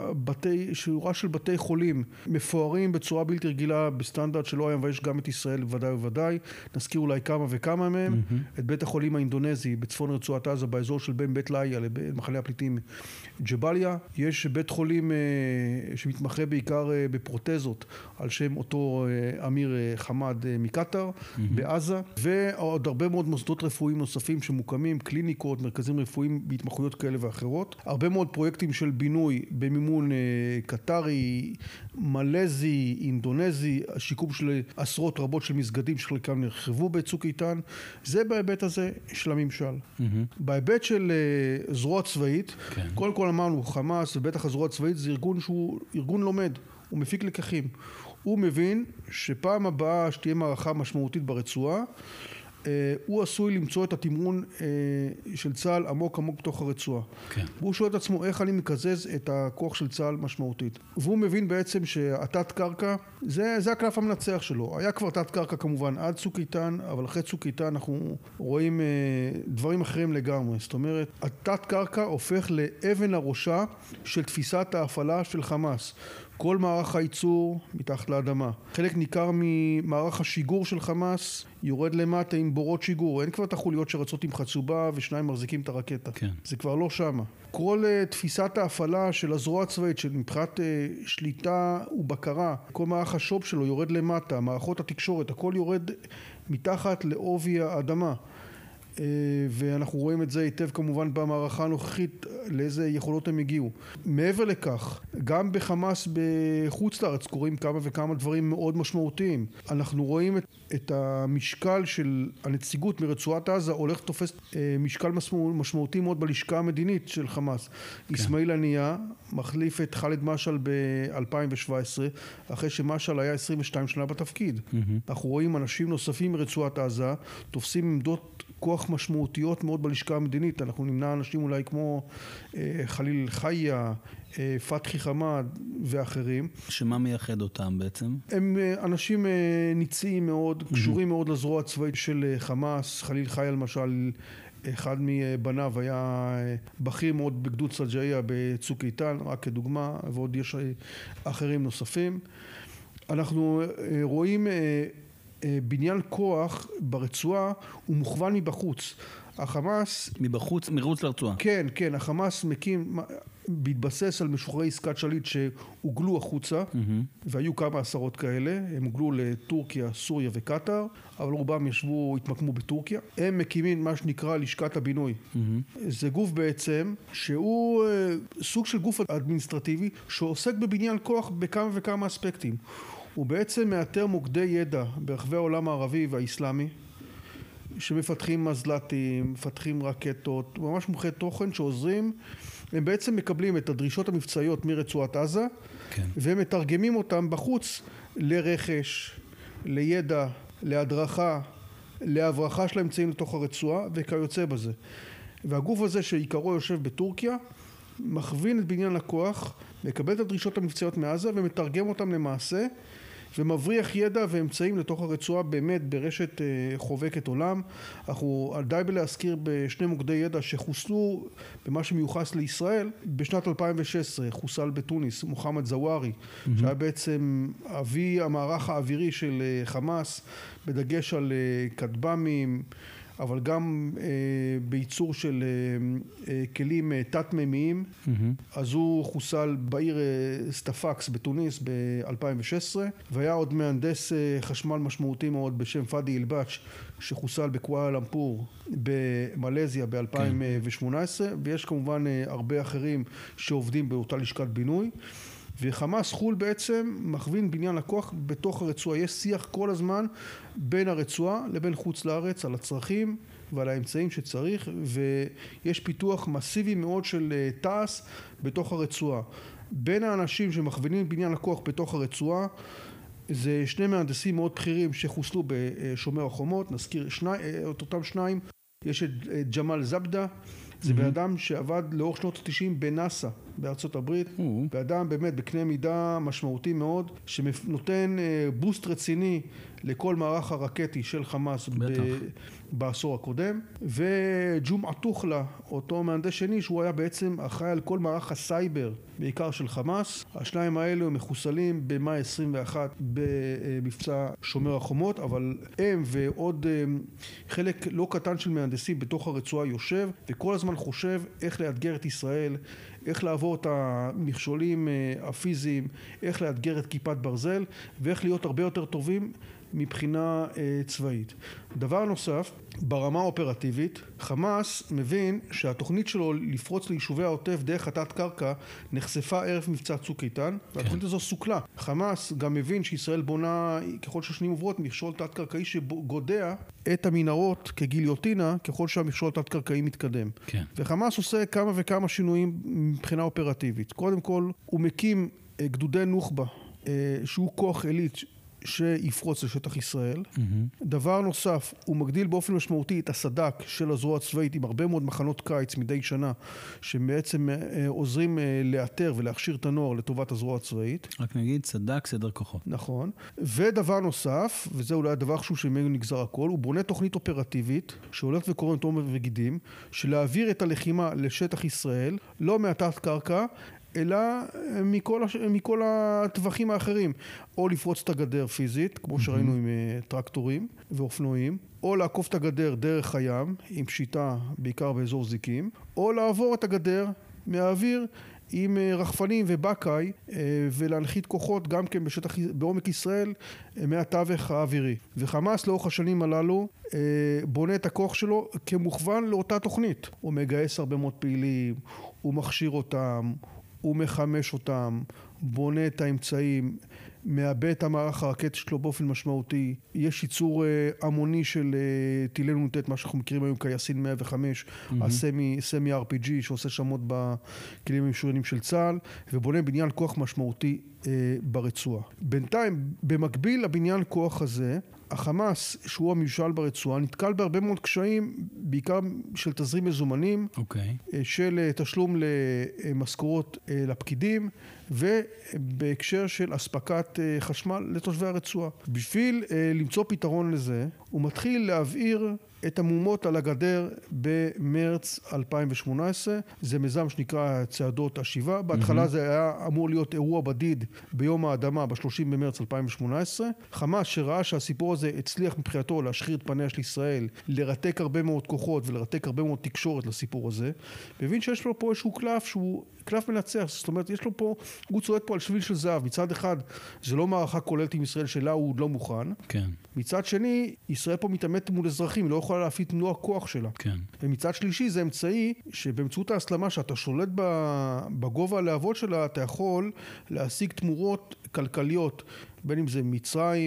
של בתי חולים מפוארים בצורה בלתי רגילה, בסטנדרט שלא היה מבייש גם את ישראל ודאי וודאי. נזכיר אולי כמה וכמה מהם. את בית החולים האינדונזי בצפון רצועת עזה, באזור של בין בית לאיה למחנה הפליטים ג'באליה. יש בית חולים שמתמחה בעיקר בפרוטזות על שם אותו אמיר חמד מקטר בעזה, ועוד הרבה מאוד מוסדות רפואיים נוספים שמוקמים, קליניקות, מרכזים רפואיים בהתמחויות כאלה ואחרות. הרבה מאוד פרויקטים של בינוי במימון קטרי, מלזי, אינדונזי, שיקום של עשרות רבות של מסגדים שחלקם נרחבו בצוק איתן. זה בהיבט הזה של הממשל. בהיבט של זרוע צבאית, קודם כל אמרנו, חמאס ובטח הזרוע הצבאית זה ארגון שהוא ארגון לומד. הוא מפיק לקחים. הוא מבין שפעם הבאה שתהיה מערכה משמעותית ברצועה, הוא עשוי למצוא את התמרון של צה"ל עמוק עמוק בתוך הרצועה. כן. והוא שואל את עצמו איך אני מקזז את הכוח של צה"ל משמעותית. והוא מבין בעצם שהתת קרקע, זה הקלף המנצח שלו. היה כבר תת קרקע כמובן עד צוק איתן, אבל אחרי צוק איתן אנחנו רואים דברים אחרים לגמרי. זאת אומרת, התת קרקע הופך לאבן הראשה של תפיסת ההפעלה של חמאס. כל מערך הייצור מתחת לאדמה. חלק ניכר ממערך השיגור של חמאס יורד למטה עם בורות שיגור. אין כבר את החוליות שרצות עם חצובה ושניים מחזיקים את הרקטה. כן. זה כבר לא שמה. כל תפיסת ההפעלה של הזרוע הצבאית, של מבחינת שליטה ובקרה, כל מערך השופ שלו יורד למטה, מערכות התקשורת, הכל יורד מתחת לעובי האדמה. ואנחנו רואים את זה היטב כמובן במערכה הנוכחית, לאיזה יכולות הם הגיעו. מעבר לכך, גם בחמאס בחוץ לארץ קוראים כמה וכמה דברים מאוד משמעותיים. אנחנו רואים את המשקל של הנציגות מרצועת עזה הולך תופס משקל משמעותי מאוד בלשכה המדינית של חמאס. כן. אסמאעיל הנייה מחליף את חאלד משעל ב-2017, אחרי שמשעל היה 22 שנה בתפקיד. אנחנו רואים אנשים נוספים מרצועת עזה, תופסים עמדות כוח משמעותיות מאוד בלשכה המדינית. אנחנו נמנע אנשים אולי כמו חליל חיה, פתחי חמד ואחרים. שמה מייחד אותם בעצם? הם אנשים ניציים מאוד, קשורים מאוד לזרוע הצבאית של חמאס. חליל חיה למשל, אחד מבניו היה בכיר מאוד בגדוד סג'איה בצוק איתן, רק כדוגמה, ועוד יש אחרים נוספים. אנחנו רואים בניין כוח ברצועה הוא מוכוון מבחוץ. החמאס... מבחוץ, מחוץ לרצועה. כן, כן. החמאס מקים, בהתבסס על משוחררי עסקת שליט שהוגלו החוצה, והיו כמה עשרות כאלה. הם הוגלו לטורקיה, סוריה וקטר, אבל רובם התמקמו בטורקיה. הם מקימים מה שנקרא לשכת הבינוי. זה גוף בעצם שהוא סוג של גוף אדמיניסטרטיבי שעוסק בבניין כוח בכמה וכמה אספקטים. הוא בעצם מאתר מוקדי ידע ברחבי העולם הערבי והאסלאמי, שמפתחים מזל"טים, מפתחים רקטות, ממש מומחי תוכן שעוזרים. הם בעצם מקבלים את הדרישות המבצעיות מרצועת עזה, כן. והם מתרגמים אותם בחוץ לרכש, לידע, להדרכה, להברחה של האמצעים לתוך הרצועה וכיוצא בזה. והגוף הזה שעיקרו יושב בטורקיה, מכווין את בניין הכוח, מקבל את הדרישות המבצעיות מעזה ומתרגם אותם למעשה, ומבריח ידע ואמצעים לתוך הרצועה באמת ברשת חובקת עולם. אנחנו די בלהזכיר בשני מוקדי ידע שחוסלו במה שמיוחס לישראל. בשנת 2016 חוסל בתוניס מוחמד זווארי, שהיה בעצם אבי המערך האווירי של חמאס, בדגש על כטב"מים, אבל גם בייצור של כלים תת-מימיים. אז הוא חוסל בעיר סטפאקס בתוניס ב-2016, והיה עוד מהנדס חשמל משמעותי מאוד בשם פאדי אלבאץ' שחוסל בקואלה-לומפור במלזיה ב-2018, ויש כמובן הרבה אחרים שעובדים באותה לשכת בינוי. וחמאס חול בעצם מכווין בניין הכוח בתוך הרצועה. יש שיח כל הזמן בין הרצועה לבין חוץ לארץ על הצרכים ועל האמצעים שצריך, ויש פיתוח מסיבי מאוד של תעש בתוך הרצועה. בין האנשים שמכווינים בניין הכוח בתוך הרצועה זה שני מהנדסים מאוד בכירים שחוסלו בשומר החומות. נזכיר את אותם שניים. יש את ג'מאל זבדה, זה באדם שעבד לאורך שנות ה-90 בנאסא בארצות הברית, באדם באמת בקנה מידה משמעותי מאוד, שנותן בוסט רציני לכל מערך הרקטי של חמאס בעשור הקודם. וג'ומעה טוחלה, אותו מהנדס שני, שהוא היה בעצם אחראי על כל מערך הסייבר בעיקר של חמאס. השניים האלו מחוסלים במאי 21 במבצע שומר החומות, אבל הם ועוד חלק לא קטן של מהנדסים בתוך הרצועה יושב וכל הזמן חושב איך לאתגר את ישראל, איך לעבור את המכשולים הפיזיים, איך לאתגר את כיפת ברזל ואיך להיות הרבה יותר טובים מבחינה צבאית. דבר נוסף, ברמה האופרטיבית, חמאס מבין שהתוכנית שלו לפרוץ ליישובי העוטף דרך התת קרקע נחשפה ערב מבצע צוק איתן, והתוכנית הזו סוכלה. חמאס גם מבין שישראל בונה ככל שהשנים עוברות מכשול תת קרקעי שגודע את המנהרות כגיליוטינה ככל שהמכשול תת קרקעי מתקדם. כן. וחמאס עושה כמה וכמה שינויים מבחינה אופרטיבית. קודם כל, הוא מקים גדודי נוח'בה, שהוא כוח עילית שיפרוץ לשטח ישראל. דבר נוסף, הוא מגדיל באופן משמעותי את הסד"כ של הזרוע הצבאית עם הרבה מאוד מחנות קיץ מדי שנה, שבעצם עוזרים לאתר ולהכשיר את הנוער לטובת הזרוע הצבאית. רק נגיד, סד"כ סדר כוחות. נכון. ודבר נוסף, וזה אולי הדבר חשוב שממנו נגזר הכל, הוא בונה תוכנית אופרטיבית שהולך וקוראים תומר וגידים, שלהעביר את הלחימה לשטח ישראל, לא מהתת קרקע, אלא מכל הטווחים האחרים, או לפרוץ את הגדר פיזית, כמו שראינו עם טרקטורים ואופנועים, או לעקוף את הגדר דרך הים, עם פשיטה בעיקר באזור זיקים, או לעבור את הגדר מהאוויר עם רחפנים ובקאי, ולהנחית כוחות גם כן בעומק ישראל מהתווך האווירי. וחמאס לאורך השנים הללו בונה את הכוח שלו כמוכוון לאותה תוכנית. הוא מגייס הרבה מאוד פעילים, הוא מכשיר אותם, הוא מחמש אותם, בונה את האמצעים, מאבד את המערך הרקטי שלו באופן משמעותי. יש ייצור המוני של טילי נ"ט, מה שאנחנו מכירים היום כיאסין 105, הסמי RPG שעושה שמות בכלים המשוריינים של צה"ל, ובונה בניין כוח משמעותי ברצועה. בינתיים, במקביל לבניין כוח הזה, החמאס, שהוא הממשל ברצועה, נתקל בהרבה מאוד קשיים, בעיקר של תזרים מזומנים, של תשלום למשכורות לפקידים, ובהקשר של אספקת חשמל לתושבי הרצועה. בשביל למצוא פתרון לזה, הוא מתחיל להבעיר את המהומות על הגדר במרץ 2018. זה מיזם שנקרא צעדות השיבה. בהתחלה זה היה אמור להיות אירוע בדיד ביום האדמה ב-30 במרץ 2018. חמאס שראה שהסיפור הזה הצליח מבחינתו להשחיר את פניה של ישראל, לרתק הרבה מאוד כוחות ולרתק הרבה מאוד תקשורת לסיפור הזה, מבין שיש לו פה איזשהו קלף שהוא קלף מנצח. זאת אומרת, יש לו פה, הוא צועד פה על שביל של זהב. מצד אחד, זה לא מערכה כוללת עם ישראל שלה, הוא עוד לא מוכן. כן. מצד שני, ישראל פה מתעמת מול אזרחים, לא יכולה להפעיל תנוע כוח שלה. כן. ומצד שלישי, זה אמצעי שבאמצעות ההסלמה, שאתה שולט בגובה הלהבות שלה, אתה יכול להשיג תמורות כלכליות, בין אם זה מצרים,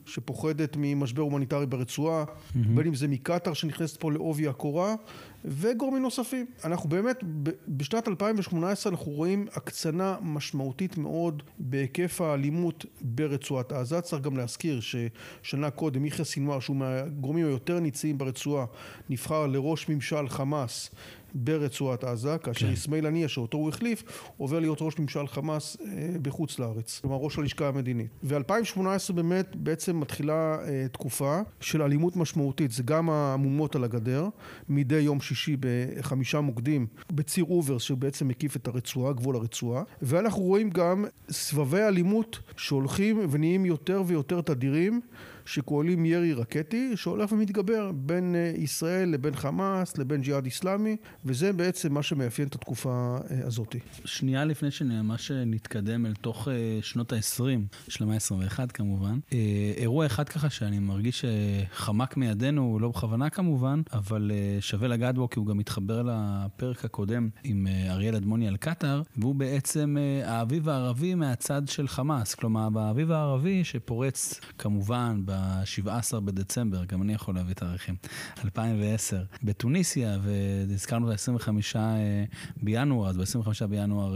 שפוחדת ממשבר הומניטרי ברצועה, בין אם זה מקטר שנכנסת פה לעובי הקורה, וגורמים נוספים. אנחנו באמת, בשנת 2018 אנחנו רואים הקצנה משמעותית מאוד בהיקף האלימות ברצועת עזה. צריך גם להזכיר ששנה קודם יחיא סינואר, שהוא מהגורמים היותר ניציים ברצועה, נבחר לראש ממשל חמאס ברצועת עזה, כאשר אסמאעיל הנייה, שאותו הוא החליף, עובר להיות ראש ממשל חמאס בחוץ לארץ, כלומר ראש הלשכה המדינית. ו-2018 באמת בעצם מתחילה תקופה של אלימות משמעותית. זה גם המהומות על הגדר, מדי יום שישי ב5 מוקדים בציר אוברס, שבעצם מקיף את הרצועה, גבול הרצועה, ואנחנו רואים גם סבבי אלימות שהולכים ונהיים יותר ויותר תדירים, שכוללים ירי רקטי שהולך ומתגבר בין ישראל לבין חמאס לבין ג'יהאד איסלאמי, וזה בעצם מה שמאפיין את התקופה הזאת. שנייה לפני שממש נתקדם אל תוך שנות ה-20 של המאה ה-21 כמובן, אירוע אחד ככה שאני מרגיש חמק מידינו, לא בכוונה כמובן, אבל שווה לגעת בו כי הוא גם מתחבר לפרק הקודם עם אריאל אדמוני על קטר, והוא בעצם האביב הערבי מהצד של חמאס, כלומר באביב הערבי שפורץ כמובן ב-17 בדצמבר, גם אני יכול להביא תאריכים, 2010, בתוניסיה, והזכרנו את ה-25 בינואר, אז ב-25 בינואר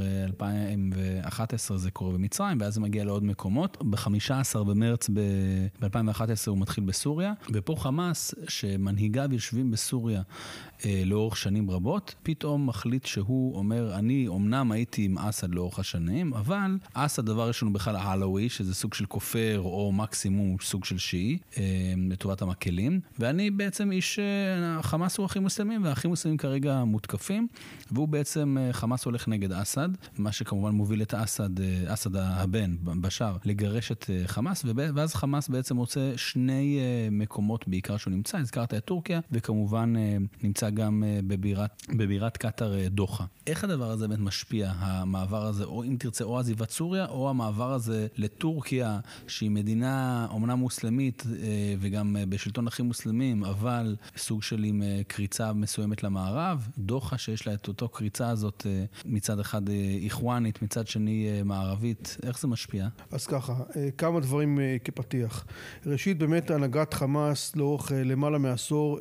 2011 זה קורה במצרים, ואז זה מגיע לעוד מקומות. ב-15 במרץ ב-2011 הוא מתחיל בסוריה, ופה חמאס, שמנהיגיו יושבים בסוריה לאורך שנים רבות, פתאום מחליט שהוא אומר, אני אומנם הייתי עם אסד לאורך השנים, אבל אסד דבר יש לנו בכלל העלווי, שזה סוג של כופר או מקסימום סוג של שיעי, לטובת המקלים, ואני בעצם איש, חמאס הוא אחים מוסלמים, והאחים מוסלמים כרגע מותקפים, והוא בעצם, חמאס הולך נגד אסד, מה שכמובן מוביל את אסד הבן, בשאר, לגרש את חמאס, ואז חמאס בעצם רוצה שני מקומות בעיקר שהוא נמצא, הזכרת את טורקיה, וכמובן נמצא גם בבירת קטר דוחה. איך הדבר הזה באמת משפיע, המעבר הזה, או אם תרצה, או עזיבת סוריה, או המעבר הזה לטורקיה, שהיא מדינה אומנם מוסלמית, וגם בשלטון אחים מוסלמים, אבל סוג של עם קריצה מסוימת למערב, דוחה שיש לה את אותו קריצה הזאת, מצד אחד איחואנית, מצד שני מערבית, איך זה משפיע? אז ככה, כמה דברים כפתיח. ראשית, באמת הנהגת חמאס לאורך למעלה מעשור,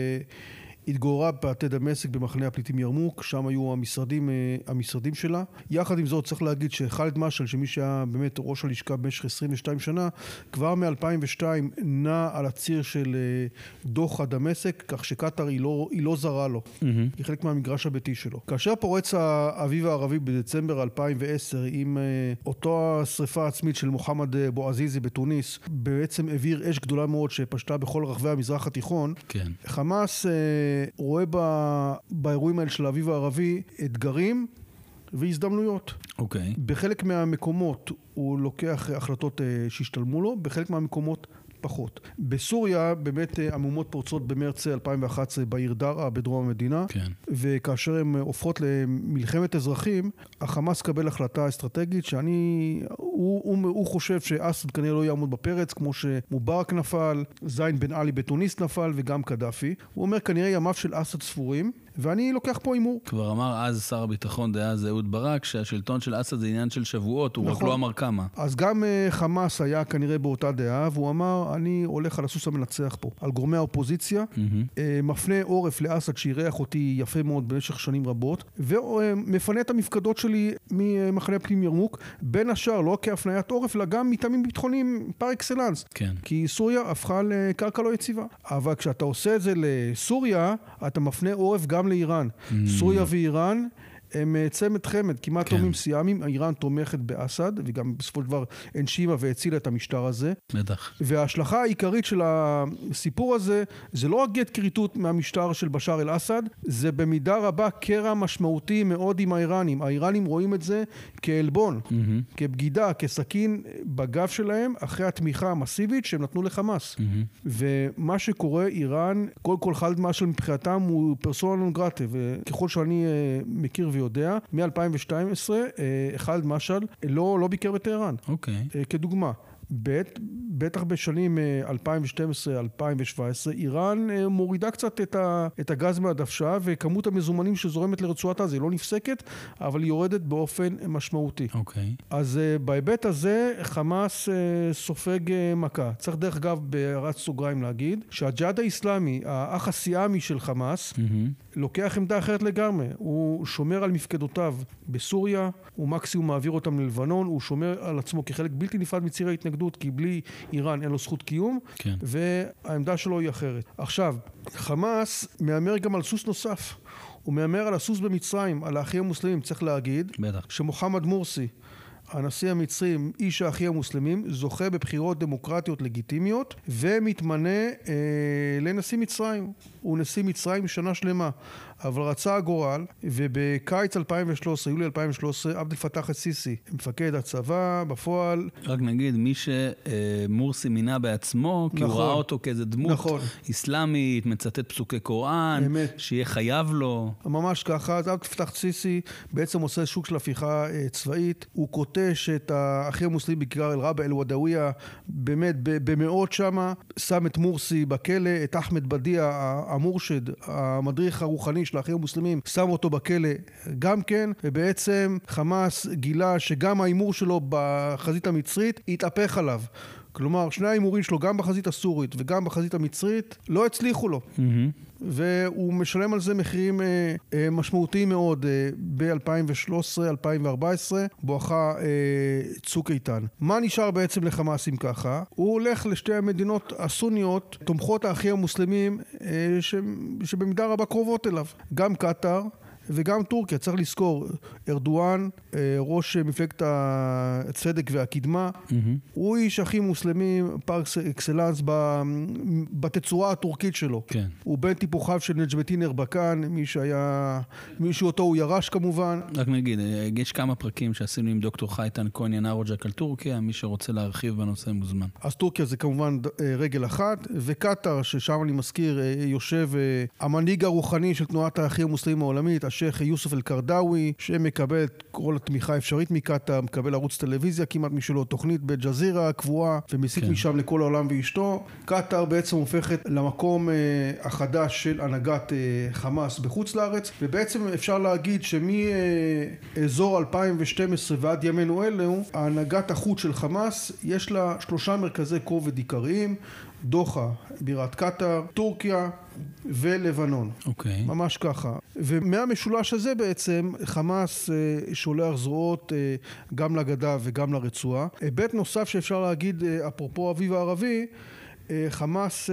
התגוררה בפאתי דמשק במחנה הפליטים ירמוק, שם היו המשרדים שלה. יחד עם זאת צריך להגיד שחאלד משעל, שמי שהיה באמת ראש הלשכה במשך 22 שנה, כבר מ-2002 נע על הציר של דוחה דמשק, כך שקטר היא לא זרה לו. היא חלק מהמגרש הביתי שלו. כאשר פורץ האביב הערבי בדצמבר 2010, עם אותו השריפה העצמית של מוחמד בועזיזי בתוניס, בעצם העביר אש גדולה מאוד שפשטה בכל רחבי המזרח התיכון. כן. חמאס רואה באירועים האלה של האביב הערבי אתגרים והזדמנויות. אוקיי. בחלק מהמקומות הוא לוקח החלטות שהשתלמו לו, בחלק מהמקומות פחות. בסוריה באמת המהומות פורצות במרץ 2011 בעיר דרעה בדרום המדינה, כן. וכאשר הן הופכות למלחמת אזרחים, החמאס קבל החלטה אסטרטגית הוא חושב שאסד כנראה לא יעמוד בפרץ, כמו שמובארק נפל, זין בן עלי בתוניס נפל וגם קדאפי. הוא אומר כנראה ימיו של אסד ספורים, ואני לוקח פה אימור. כבר אמר אז שר הביטחון דאז אהוד ברק שהשלטון של אסד זה עניין של שבועות, הוא רק לא אמר כמה. אז גם חמאס היה כנראה באותה דעה, והוא אמר אני הולך על הסוס המנצח פה, על גורמי האופוזיציה, מפנה עורף לאסד שירח אותי יפה מאוד במשך שנים רבות, ומפנה את המפקדות שלי ממחנה הפליטים ירמוק, בין השאר לא כהפניית עורף, אלא גם מטעמים ביטחוניים פר אקסלנס. כן. כי סוריה הפכה לקרקע לא יציבה. אבל כשאתה עושה את זה לסוריה, אתה מפנה עורף גם לאיראן. סוריה ואיראן הם צמד חמד, כמעט תאומים סיאמים. איראן תומכת באסד, וגם בסופו של דבר הנשימה והצילה את המשטר הזה. בטח. וההשלכה העיקרית של הסיפור הזה, זה לא רק גט כריתות מהמשטר של בשאר אל-אסד, זה במידה רבה קרע משמעותי מאוד עם האיראנים. האיראנים רואים את זה כעלבון, כבגידה, כסכין בגב שלהם, אחרי התמיכה המסיבית שהם נתנו לחמאס. ומה שקורה, איראן, כל חאלד משעל מבחינתם הוא פרסונה נון גרטה, וככל שאני מכיר ויודע, מ-2012 חאלד משעל לא ביקר בטהרן. אוקיי. כדוגמה. בטח בשנים 2012-2017, איראן מורידה קצת את הגז מהדוושה, וכמות המזומנים שזורמת לרצועת עזה היא לא נפסקת, אבל היא יורדת באופן משמעותי. אוקיי. אז בהיבט הזה, חמאס סופג מכה. צריך דרך אגב בהערת סוגריים להגיד, שהג'יהאד האסלאמי, האח הסיאמי של חמאס, לוקח עמדה אחרת לגמרי. הוא שומר על מפקדותיו בסוריה, הוא מקסימום מעביר אותם ללבנון, הוא שומר על עצמו כחלק בלתי נפרד מציר ההתנגדות, כי בלי איראן אין לו זכות קיום, כן. והעמדה שלו היא אחרת. עכשיו, חמאס מאמר גם על סוס נוסף. הוא מאמר על הסוס במצרים, על האחים המוסלמים. צריך להגיד בטח. שמוחמד מורסי, הנשיא המצרי, איש האחים המוסלמים, זוכה בבחירות דמוקרטיות לגיטימיות, ומתמנה לנשיא מצרים. הוא נשיא מצרים שנה שלמה, אבל רצה הגורל, ובקיץ 2013, יולי 2013, עבד אל-פתאח א-סיסי, מפקד הצבא, בפועל. רק נגיד, מי שמורסי מינה בעצמו, כי הוא ראה אותו כאיזה דמות אסלאמית, מצטט פסוקי קוראן, שיהיה חייב לו. ממש ככה, אז עבד אל-פתאח א-סיסי בעצם עושה שוק של הפיכה צבאית, הוא קוטש את האחים המוסלמים בכיכר אל-רבע, אל-ודאוויה, באמת במאות שמה, שם את מורסי בכלא, את אחמד בדיה, המורשד, המדריך הרוחני של האחים המוסלמים, שם אותו בכלא גם כן, ובעצם חמאס גילה שגם האימור שלו בחזית המצרית התהפך עליו. כלומר, שני האימורים שלו, גם בחזית הסורית וגם בחזית המצרית, לא הצליחו לו. והוא משלם על זה מחירים משמעותיים מאוד ב-2013-2014, בואכה צוק איתן. מה נשאר בעצם לחמאס אם ככה? הוא הולך לשתי המדינות הסוניות, תומכות האחים המוסלמים, שבמידה רבה קרובות אליו. גם קטר וגם טורקיה. צריך לזכור, ארדואן, ראש מפלגת הצדק והקדמה, הוא איש אחים מוסלמים פר אקסלנס בתצורה הטורקית שלו. כן. הוא בן טיפוחיו של נג'מתין ארבקן, מי שאותו הוא ירש כמובן. רק נגיד, יש כמה פרקים שעשינו עם דוקטור חייטן כהן ינרוג'ק על טורקיה, מי שרוצה להרחיב בנושא מוזמן. אז טורקיה זה כמובן רגל אחת, וקטר, ששם אני מזכיר, יושב המנהיג הרוחני של תנועת האחים המוסלמים העולמית, השייך יוסף אל-קרדאווי, שמקבל את כל התמיכה האפשרית מקטר, מקבל ערוץ טלוויזיה כמעט משלו, תוכנית בג'זירה קבועה, ומסיק משם לכל העולם ואשתו. קטר בעצם הופכת למקום החדש של הנהגת חמאס בחוץ לארץ, ובעצם אפשר להגיד שמאזור 2012 ועד ימינו אלו, ההנהגת החוץ של חמאס, יש לה 3 מרכזי כובד עיקריים, דוחה, בירת קטר, טורקיה ולבנון. אוקיי. ממש ככה. ומהמשולש הזה בעצם חמאס שולח זרועות גם לגדה וגם לרצועה. היבט נוסף שאפשר להגיד, אפרופו אביב הערבי, חמאס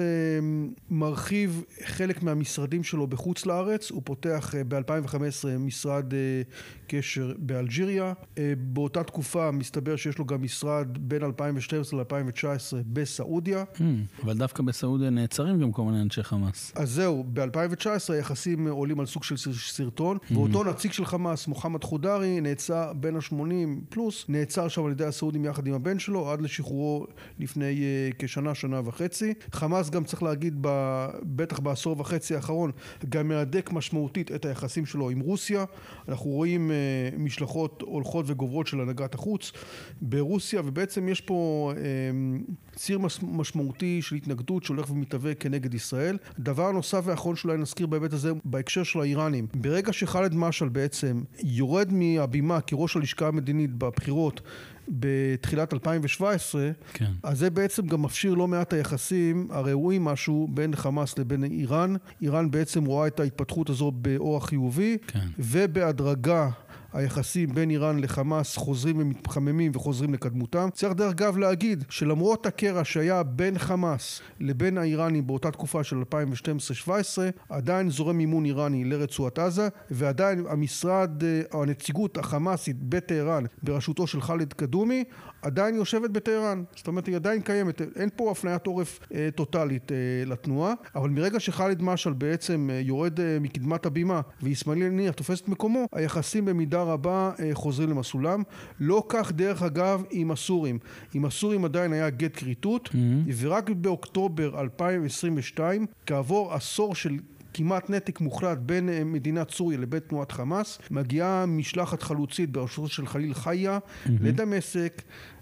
מרחיב חלק מהמשרדים שלו בחוץ לארץ, הוא פותח ב-2015 משרד קשר באלג'יריה, באותה תקופה מסתבר שיש לו גם משרד בין 2012 ל-2019 בסעודיה. אבל דווקא בסעודיה נעצרים גם כל מיני אנשי חמאס. אז זהו, ב-2019 היחסים עולים על סוג של סרטון, ואותו נציג של חמאס, מוחמד חודרי, נעצר בין ה-80 פלוס, נעצר שם על ידי הסעודים יחד עם הבן שלו, עד לשחרורו לפני כשנה, שנה וחצי. חמאס גם צריך להגיד, בטח בעשור וחצי האחרון, גם מהדק משמעותית את היחסים שלו עם רוסיה. אנחנו רואים משלחות הולכות וגוברות של הנהגת החוץ ברוסיה, ובעצם יש פה ציר משמעותי של התנגדות שהולך ומתהווה כנגד ישראל. דבר נוסף ואחרון שאולי נזכיר בהיבט הזה, בהקשר של האיראנים. ברגע שחאלד משעל בעצם יורד מהבימה כראש הלשכה המדינית בבחירות בתחילת 2017, כן. אז זה בעצם גם מפשיר לא מעט היחסים הראויים משהו בין חמאס לבין איראן. איראן בעצם רואה את ההתפתחות הזו באורח חיובי, כן. ובהדרגה היחסים בין איראן לחמאס חוזרים ומתחממים וחוזרים לקדמותם. צריך דרך אגב להגיד שלמרות הקרע שהיה בין חמאס לבין האיראנים באותה תקופה של 2012-2017, עדיין זורם מימון איראני לרצועת עזה, ועדיין המשרד או הנציגות החמאסית בטהרן בראשותו של חאלד קדומי עדיין יושבת בטהרן. זאת אומרת, היא עדיין קיימת. אין פה הפניית עורף טוטלית לתנועה, אבל מרגע שחאלד משעל בעצם יורד מקדמת הבימה ואיסמאעיל הנייה תופס את מקומו, היחסים במידה רבה חוזרים למסלולם. לא כך דרך אגב עם הסורים. עם הסורים עדיין היה גט כריתות, ורק באוקטובר 2022, כעבור עשור של כמעט נתק מוחלט בין מדינת סוריה לבין תנועת חמאס, מגיעה משלחת חלוצית בראשותו של חליל חיה לדמשק,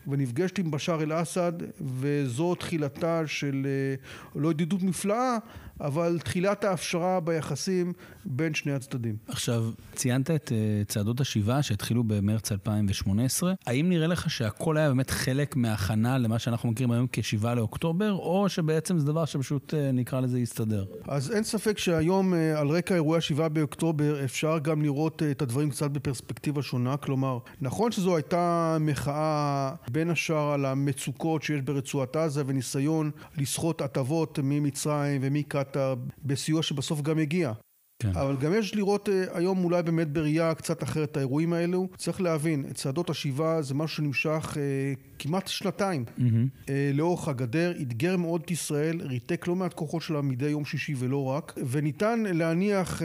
ונפגשת עם בשאר אל-אסד, וזו תחילתה של לא ידידות מפלאה, אבל תחילת ההפשרה ביחסים בין שני הצדדים. עכשיו, ציינת את צעדות השיבה שהתחילו במרץ 2018. האם נראה לך שהכל היה באמת חלק מההכנה למה שאנחנו מכירים היום כ7 לאוקטובר, או שבעצם זה דבר שפשוט נקרא לזה יסתדר? אז אין ספק שהיום על רקע אירועי 7 באוקטובר אפשר גם לראות את הדברים קצת בפרספקטיבה שונה. כלומר, נכון שזו הייתה מחאה בין השאר על המצוקות שיש ברצועת עזה וניסיון לסחוט הטבות ממצרים ומקטר בסיוע שבסוף גם הגיע. כן. אבל גם יש לראות היום אולי באמת בראייה קצת אחרת האירועים האלו. צריך להבין, צעדות השיבה זה משהו שנמשך כמעט שנתיים. לאורך הגדר, התגר מאוד את ישראל, ריתק לא מעט כוחות שלה מדי יום שישי ולא רק, וניתן להניח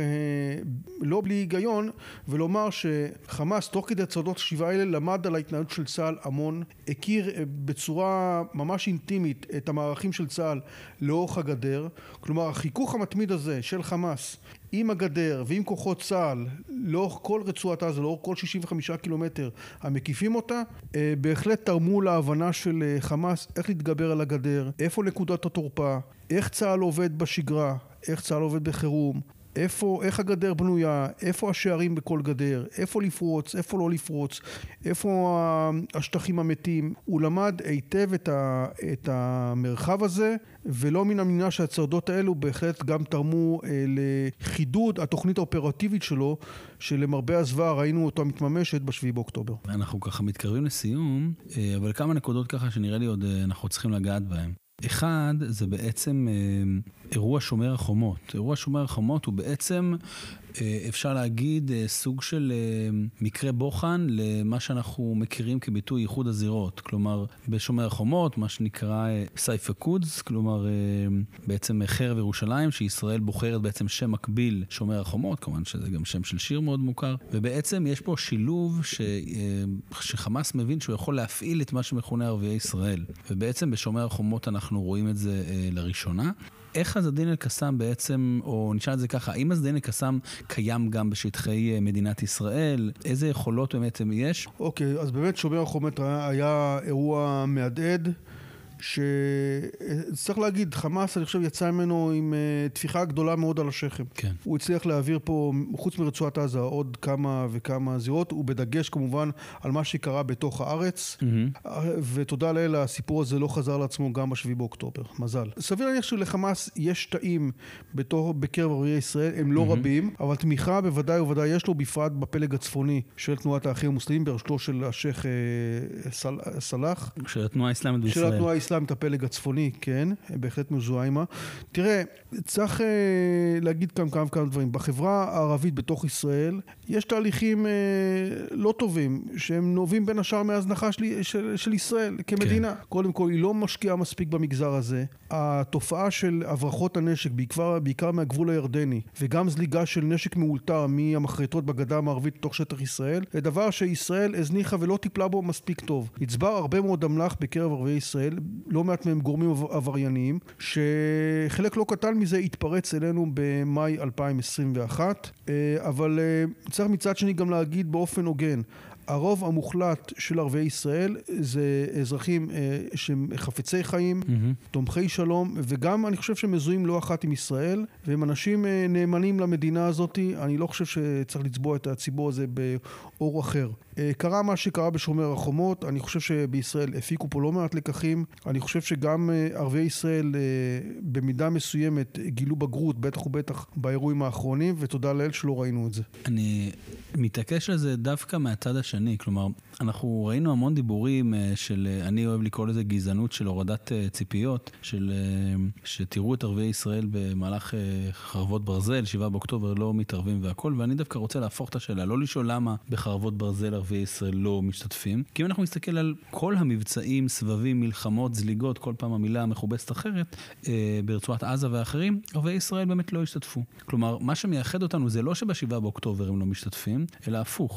לא בלי היגיון ולומר שחמאס תוך כדי צעדות השיבה האלה למד על ההתנהלות של צה"ל המון, הכיר בצורה ממש אינטימית את המערכים של צה"ל לאורך הגדר. כלומר, החיכוך המתמיד הזה של חמאס עם הגדר ועם כוחות צה"ל לאורך כל רצועת עזה, לאורך כל 65 קילומטר המקיפים אותה, בהחלט תרמו להבנה של חמאס איך להתגבר על הגדר, איפה נקודת התורפה, איך צה"ל עובד בשגרה, איך צה"ל עובד בחירום, איך הגדר בנויה, איפה השערים בכל גדר, איפה לפרוץ, איפה לא לפרוץ, איפה השטחים המתים. הוא למד היטב את המרחב הזה, ולא מן המדינה שהצעדות האלו בהחלט גם תרמו לחידוד התוכנית האופרטיבית שלו, שלמרבה הזוועה ראינו אותו מתממשת ב7 באוקטובר. אנחנו ככה מתקרבים לסיום, אבל כמה נקודות ככה שנראה לי עוד אנחנו צריכים לגעת בהם. אחד, זה בעצם אירוע שומר החומות. אירוע שומר החומות הוא בעצם, אפשר להגיד, סוג של מקרה בוחן למה שאנחנו מכירים כביטוי ייחוד הזירות. כלומר, בשומר החומות, מה שנקרא סייף הקודס, כלומר, בעצם חרב ירושלים, שישראל בוחרת בעצם שם מקביל שומר החומות, כמובן שזה גם שם של שיר מאוד מוכר, ובעצם יש פה שילוב שחמאס מבין שהוא יכול להפעיל את מה שמכונה ערביי ישראל. ובעצם בשומר החומות אנחנו רואים את זה לראשונה. איך עז א-דין אל-קסאם בעצם, או נשאל את זה ככה, האם עז א-דין אל-קסאם קיים גם בשטחי מדינת ישראל? איזה יכולות באמת יש? אוקיי, אז באמת שומר החומות היה אירוע מהדהד, שצריך להגיד, חמאס, אני חושב, יצא ממנו עם תפיחה גדולה מאוד על השכם. כן. הוא הצליח להעביר פה, חוץ מרצועת עזה, עוד כמה וכמה זירות, הוא בדגש כמובן על מה שקרה בתוך הארץ, ותודה לאל, הסיפור הזה לא חזר לעצמו גם ב7 באוקטובר. מזל. סביר להניח שלחמאס יש תאים בקרב ערביי ישראל, הם לא רבים, אבל תמיכה בוודאי ובוודאי יש לו, בפרט בפלג הצפוני של תנועת האחים המוסלמים, בראשותו של השייח סלאח. של התנועה האסלאמית בישראל. את הפלג הצפוני, כן, בהחלט מזוהה עימה. תראה, צריך להגיד כמה דברים. בחברה הערבית בתוך ישראל, יש תהליכים לא טובים, שהם נובעים בין השאר מהזנחה של ישראל כמדינה. כן. קודם כל, היא לא משקיעה מספיק במגזר הזה. התופעה של הברחות הנשק, בעיקר מהגבול הירדני, וגם זליגה של נשק מאולתר מהמחרטות בגדה המערבית בתוך שטח ישראל, זה דבר שישראל הזניחה ולא טיפלה בו מספיק טוב. הצבר הרבה מאוד אמל"ח בקרב ערביי ישראל, לא מעט מהם גורמים עבריינים, שחלק לא קטן מזה התפרץ אלינו במאי 2021, אבל צריך מצד שני גם להגיד באופן הוגן, הרוב המוחלט של ערביי ישראל זה אזרחים שהם חפצי חיים, תומכי שלום, וגם אני חושב שמזוהים לא אחת עם ישראל, והם אנשים נאמנים למדינה הזאת. אני לא חושב שצריך לצבוע את הציבור הזה באור אחר. קרה מה שקרה בשומר החומות, אני חושב שבישראל הפיקו פה לא מעט לקחים, אני חושב שגם ערביי ישראל במידה מסוימת גילו בגרות, בטח ובטח באירועים האחרונים, ותודה לאל שלא ראינו את זה. אני מתעקש על זה דווקא מהצד השני, כלומר, אנחנו ראינו המון דיבורים של, אני אוהב לקרוא לזה גזענות של הורדת ציפיות, שתראו את ערביי ישראל במהלך חרבות ברזל, 7 באוקטובר לא מתערבים והכל, ואני דווקא רוצה להפוך את השאלה, לא לשאול למה בחרבות ברזל ערביי ישראל לא משתתפים, כי אם אנחנו נסתכל על כל המבצעים, סבבים, מלחמות, זליגות, כל פעם המילה המכובסת אחרת, ברצועת עזה ואחרים, ערביי ישראל באמת לא השתתפו. כלומר, מה שמייחד אותנו זה לא שב7 באוקטובר הם לא משתתפים, אלא הפוך.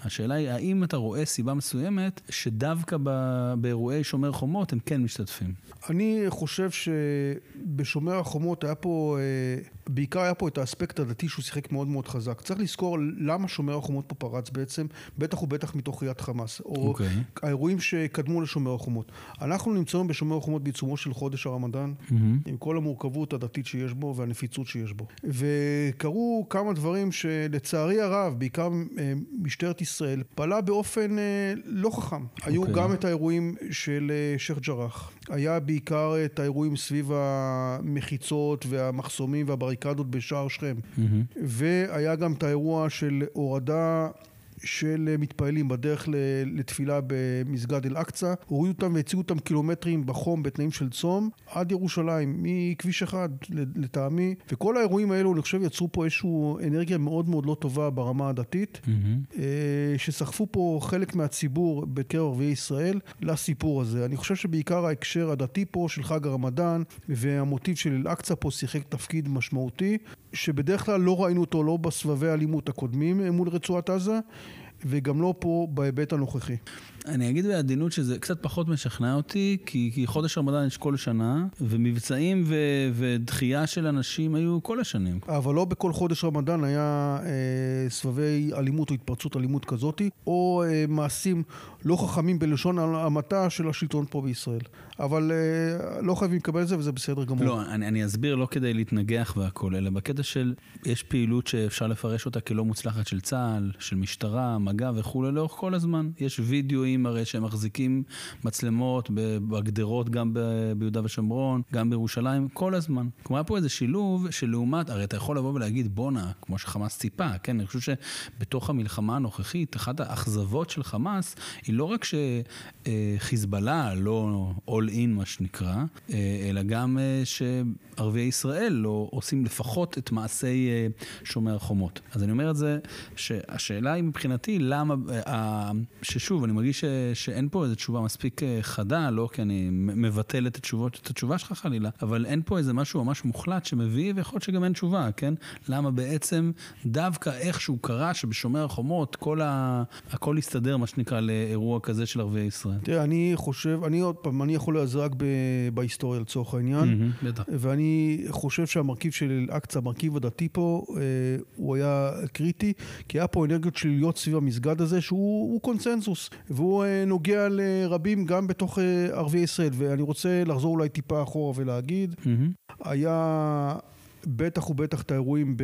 השאלה היא, האם אתה רואה סיבה מסוימת שדווקא באירועי שומר חומות הם כן משתתפים? אני חושב שבשומר החומות היה פה, בעיקר היה פה את האספקט הדתי שהוא שיחק מאוד מאוד חזק. צריך לזכור למה שומר החומות פה פרץ בעצם, בטח ובטח מתוך ראיית חמאס, או האירועים שקדמו לשומר החומות. אנחנו נמצאים בשומר החומות בעיצומו של חודש הרמדאן, עם כל המורכבות הדתית שיש בו והנפיצות שיש בו. וקרו כמה דברים שלצערי הרב, בעיקר משטרת ישראל, פעלה באופן לא חכם. היו גם את האירועים של שייח' ג'ראח. היה בעיקר את האירועים סביב המחיצות והמחסומים והבריקדות בשער שכם. והיה גם את האירוע של הורדה של מתפעלים בדרך לתפילה במסגד אל-אקצא, הורידו אותם והציעו אותם קילומטרים בחום בתנאים של צום עד ירושלים, מכביש אחד לטעמי, וכל האירועים האלו אני חושב יצרו פה איזושהי אנרגיה מאוד מאוד לא טובה ברמה הדתית, שסחפו פה חלק מהציבור בקרב ערביי ישראל לסיפור הזה. אני חושב שבעיקר ההקשר הדתי פה של חג הרמדאן והמוטיב של אל-אקצא פה שיחק תפקיד משמעותי, שבדרך כלל לא ראינו אותו לא בסבבי האלימות הקודמים מול רצועת עזה, וגם לא פה בהיבט הנוכחי. אני אגיד בעדינות שזה קצת פחות משכנע אותי, כי חודש רמדאן יש כל שנה, ומבצעים ודחייה של אנשים היו כל השנים. אבל לא בכל חודש רמדאן היה סבבי אלימות או התפרצות אלימות כזאת, או מעשים לא חכמים בלשון המעטה של השלטון פה בישראל. אבל לא חייבים לקבל את זה, וזה בסדר גמור. לא, אני אסביר לא כדי להתנגח והכל, אלא בקטע של, יש פעילות שאפשר לפרש אותה כלא מוצלחת של צה"ל, של משטרה, מג"ב וכו', לאורך כל הזמן. יש וידאוים הרי שהם מחזיקים מצלמות בגדרות, גם ביהודה ושומרון, גם בירושלים, כל הזמן. כלומר, פה איזה שילוב שלעומת, הרי אתה יכול לבוא ולהגיד, בונה, כמו שחמאס ציפה, כן? אני חושב שבתוך המלחמה הנוכחית, אחת האכזבות של חמאס, היא לא רק שחיזבאללה לא all in מה שנקרא, אלא גם שערביי ישראל לא עושים לפחות את מעשי שומר החומות. אז אני אומר את זה, שהשאלה היא מבחינתי, למה, ששוב, אני מרגיש שאין פה איזו תשובה מספיק חדה, לא כי אני מבטל את התשובה שלך חלילה, אבל אין פה איזה משהו ממש מוחלט שמביא, ויכול להיות שגם אין תשובה, כן? למה בעצם דווקא איכשהו קרה שבשומר החומות, הכל יסתדר, מה שנקרא, לאירוע כזה של ערביי ישראל. תראה, אני חושב, עוד פעם, אני יכול להזר רק בהיסטוריה לצורך העניין, ואני חושב שהמרכיב של אל-אקצא, המרכיב הדתי פה, הוא היה קריטי, כי היה פה אנרגיות שליליות סביב המסגד הזה, שהוא קונסנזוס, והוא נוגע לרבים גם בתוך ערביי ישראל, ואני רוצה לחזור אולי טיפה אחורה ולהגיד, היה בטח ובטח את האירועים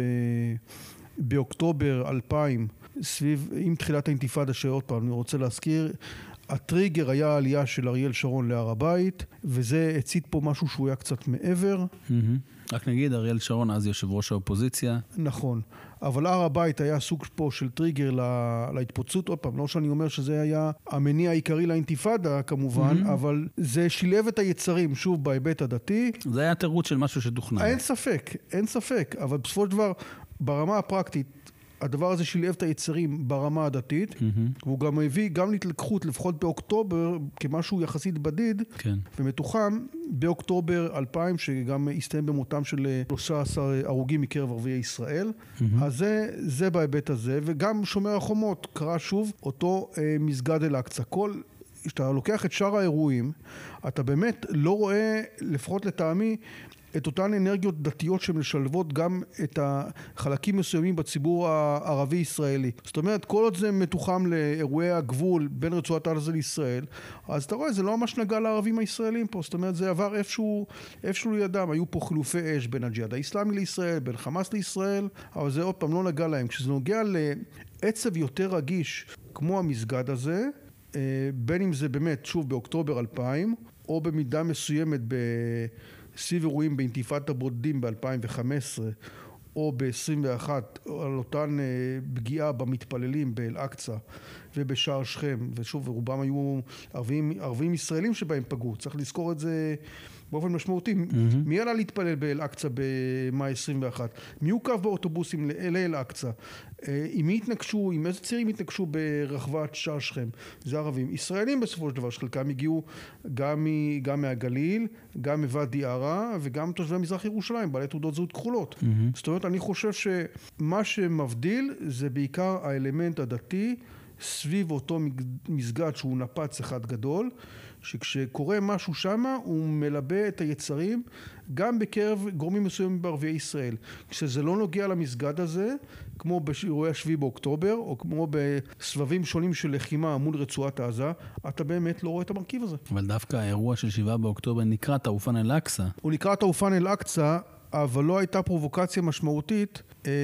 באוקטובר 2000, סביב, עם תחילת האינתיפאדה שעוד פעם, אני רוצה להזכיר, הטריגר היה העלייה של אריאל שרון להר הבית, וזה הצית פה משהו שהוא היה קצת מעבר. רק נגיד, אריאל שרון אז יושב ראש האופוזיציה. נכון, אבל הר הבית היה סוג פה של טריגר להתפוצצות, עוד פעם, לא שאני אומר שזה היה המניע העיקרי לאינתיפאדה כמובן, אבל זה שילב את היצרים, שוב בהיבט הדתי. זה היה תירוץ של משהו שתוכנן. אין ספק, אבל בסופו של דבר, ברמה הפרקטית, הדבר הזה שילב את היצרים ברמה הדתית, והוא גם הביא גם להתלקחות, לפחות באוקטובר, כמשהו יחסית בדיד, ומתוכם באוקטובר 2000, שגם הסתיים במותם של 13 הרוגים מקרב ערביי ישראל, אז זה בהיבט הזה, וגם שומר החומות קרא שוב אותו מסגד אל-אקצא. כשאתה לוקח את שאר האירועים, אתה באמת לא רואה, לפחות לטעמי, את אותן אנרגיות דתיות שמשלבות גם את החלקים מסוימים בציבור הערבי-ישראלי. זאת אומרת, כל עוד זה מתוחם לאירועי הגבול בין רצועת עזה לישראל, אז אתה רואה, זה לא ממש נגע לערבים הישראלים פה. זאת אומרת, זה עבר איפשהו לידם. היו פה חילופי אש בין הג'יהאד האסלאמי לישראל, בין חמאס לישראל, אבל זה עוד פעם לא נגע להם. כשזה נוגע לעצב יותר רגיש, כמו המסגד הזה, בין אם זה באמת, שוב, באוקטובר 2000, או במידה מסוימת סביב אירועים באינתיפאדת הבודדים ב-2015 או ב-21 על אותן פגיעה במתפללים באל-אקצא ובשער שכם, ושוב רובם היו ערבים ישראלים שבהם פגעו, צריך לזכור את זה באופן משמעותי. מי עלה להתפלל באל-אקצא במאי 21? מי הוקף באוטובוסים לאל-אקצא? עם מי התנגשו, עם איזה צירים התנגשו ברחבת שער שכם? זה ערבים. ישראלים בסופו של דבר, שחלקם הגיעו גם מהגליל, גם מוואדי ערה, וגם תושבי מזרח ירושלים, בעלי תעודות זהות כחולות. זאת אומרת, אני חושב שמה שמבדיל זה בעיקר האלמנט הדתי, סביב אותו מסגד שהוא נפץ אחד גדול, שכשקורה משהו שמה הוא מלבה את היצרים גם בקרב גורמים מסוימים בערביי ישראל. כשזה לא נוגע למסגד הזה, כמו באירועי השביעי באוקטובר, או כמו בסבבים שונים של לחימה מול רצועת עזה, אתה באמת לא רואה את המרכיב הזה. אבל דווקא האירוע של 7 באוקטובר נקרא טאופן אל-אקצא. הוא נקרא טאופן אל-אקצא, אבל לא הייתה פרובוקציה משמעותית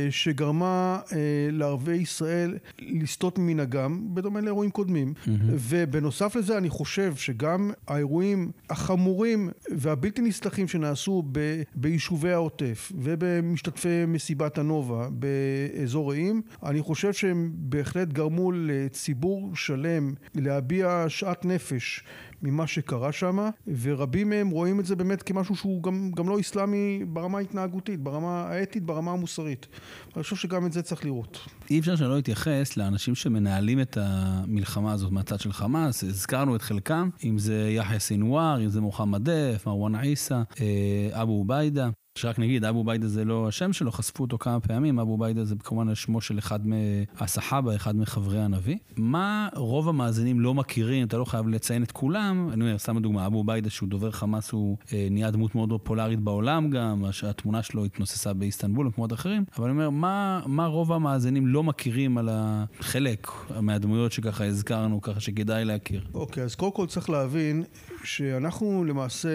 שגרמה לערבי ישראל לסטות ממנהגם, בדומה לאירועים קודמים. ובנוסף לזה אני חושב שגם האירועים החמורים והבלתי נסלחים שנעשו ביישובי העוטף ובמשתתפי מסיבת הנובה באזור רעים, אני חושב שהם בהחלט גרמו לציבור שלם להביע שאט נפש ממה שקרה שם, ורבים מהם רואים את זה באמת כמשהו שהוא גם לא אסלאמי ברמה ההתנהגותית, ברמה האתית, ברמה המוסרית. אני חושב שגם את זה צריך לראות. אי אפשר שלא להתייחס לאנשים שמנהלים את המלחמה הזאת מהצד של חמאס, הזכרנו את חלקם, אם זה יחיא סינואר, אם זה מוחמד דף, מרואן עיסא, אבו עוביידה. שרק נגיד, אבו עוביידה זה לא השם שלו, חשפו אותו כמה פעמים, אבו עוביידה זה כמובן השמו של אחד מהסחאבה, אחד מחברי הנביא. מה רוב המאזינים לא מכירים, אתה לא חייב לציין את כולם, אני אומר, סתם לדוגמה, אבו עוביידה שהוא דובר חמאס, הוא נהיה דמות מאוד פופולרית בעולם גם, התמונה שלו התנוססה באיסטנבול ומקומות אחרים, אבל אני אומר, מה רוב המאזינים לא מכירים על החלק מהדמויות שככה הזכרנו, ככה שכדאי להכיר? אוקיי, אז קודם כל צריך להבין שאנחנו למעשה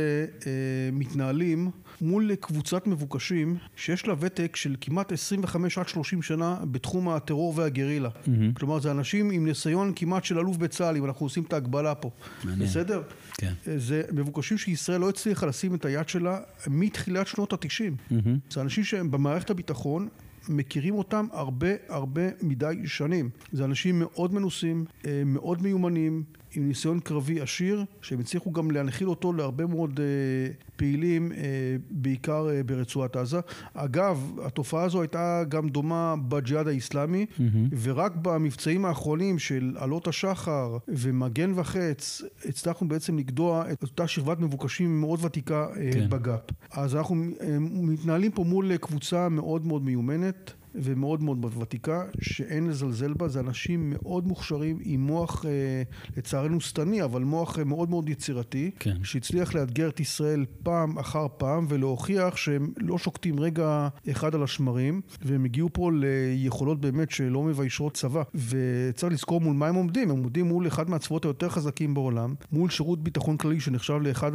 מתנהלים מול קבוצת מבוקשים שיש לה ותק של כמעט 25 עד 30 שנה בתחום הטרור והגרילה. כלומר, זה אנשים עם ניסיון כמעט של אלוף בצה"ל, אם אנחנו עושים את ההגבלה פה. בסדר? כן. זה מבוקשים שישראל לא הצליחה לשים את היד שלה מתחילת שנות ה-90. זה אנשים שהם במערכת הביטחון, מכירים אותם הרבה מדי שנים. זה אנשים מאוד מנוסים, מאוד מיומנים, עם ניסיון קרבי עשיר, שהם הצליחו גם להנחיל אותו להרבה מאוד פעילים, בעיקר ברצועת עזה. אגב, התופעה הזו הייתה גם דומה בג'יהאד האסלאמי, ורק במבצעים האחרונים של עלות השחר ומגן וחץ, הצלחנו בעצם לגדוע את אותה שכבת מבוקשים מאוד ותיקה בגאפ. אז אנחנו מתנהלים פה מול קבוצה מאוד מאוד מיומנת, ומאוד מאוד ותיקה, שאין לזלזל בה. זה אנשים מאוד מוכשרים עם מוח לצערנו סתני, אבל מוח מאוד מאוד יצירתי, כן. שהצליח לאתגר את ישראל פעם אחר פעם, ולהוכיח שהם לא שוקטים רגע אחד על השמרים, והם הגיעו פה ליכולות באמת שלא מביישות צבא. וצריך לזכור מול מה הם עומדים. הם עומדים מול אחד מהצבאות היותר חזקים בעולם, מול שירות ביטחון כללי שנחשב לאחד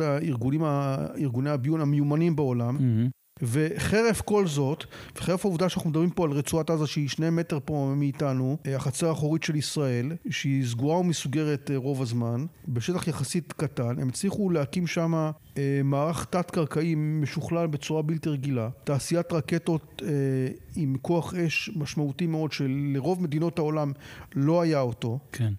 ארגוני הביון המיומנים בעולם, וחרף כל זאת, וחרף העובדה שאנחנו מדברים פה על רצועת עזה שהיא 2 מטר פה מאיתנו, החצר האחורית של ישראל, שהיא סגורה ומסוגרת רוב הזמן, בשטח יחסית קטן, הם הצליחו להקים שם מערך תת-קרקעי משוכלל בצורה בלתי רגילה, תעשיית רקטות עם כוח אש משמעותי מאוד שלרוב מדינות העולם לא היה אותו, כן.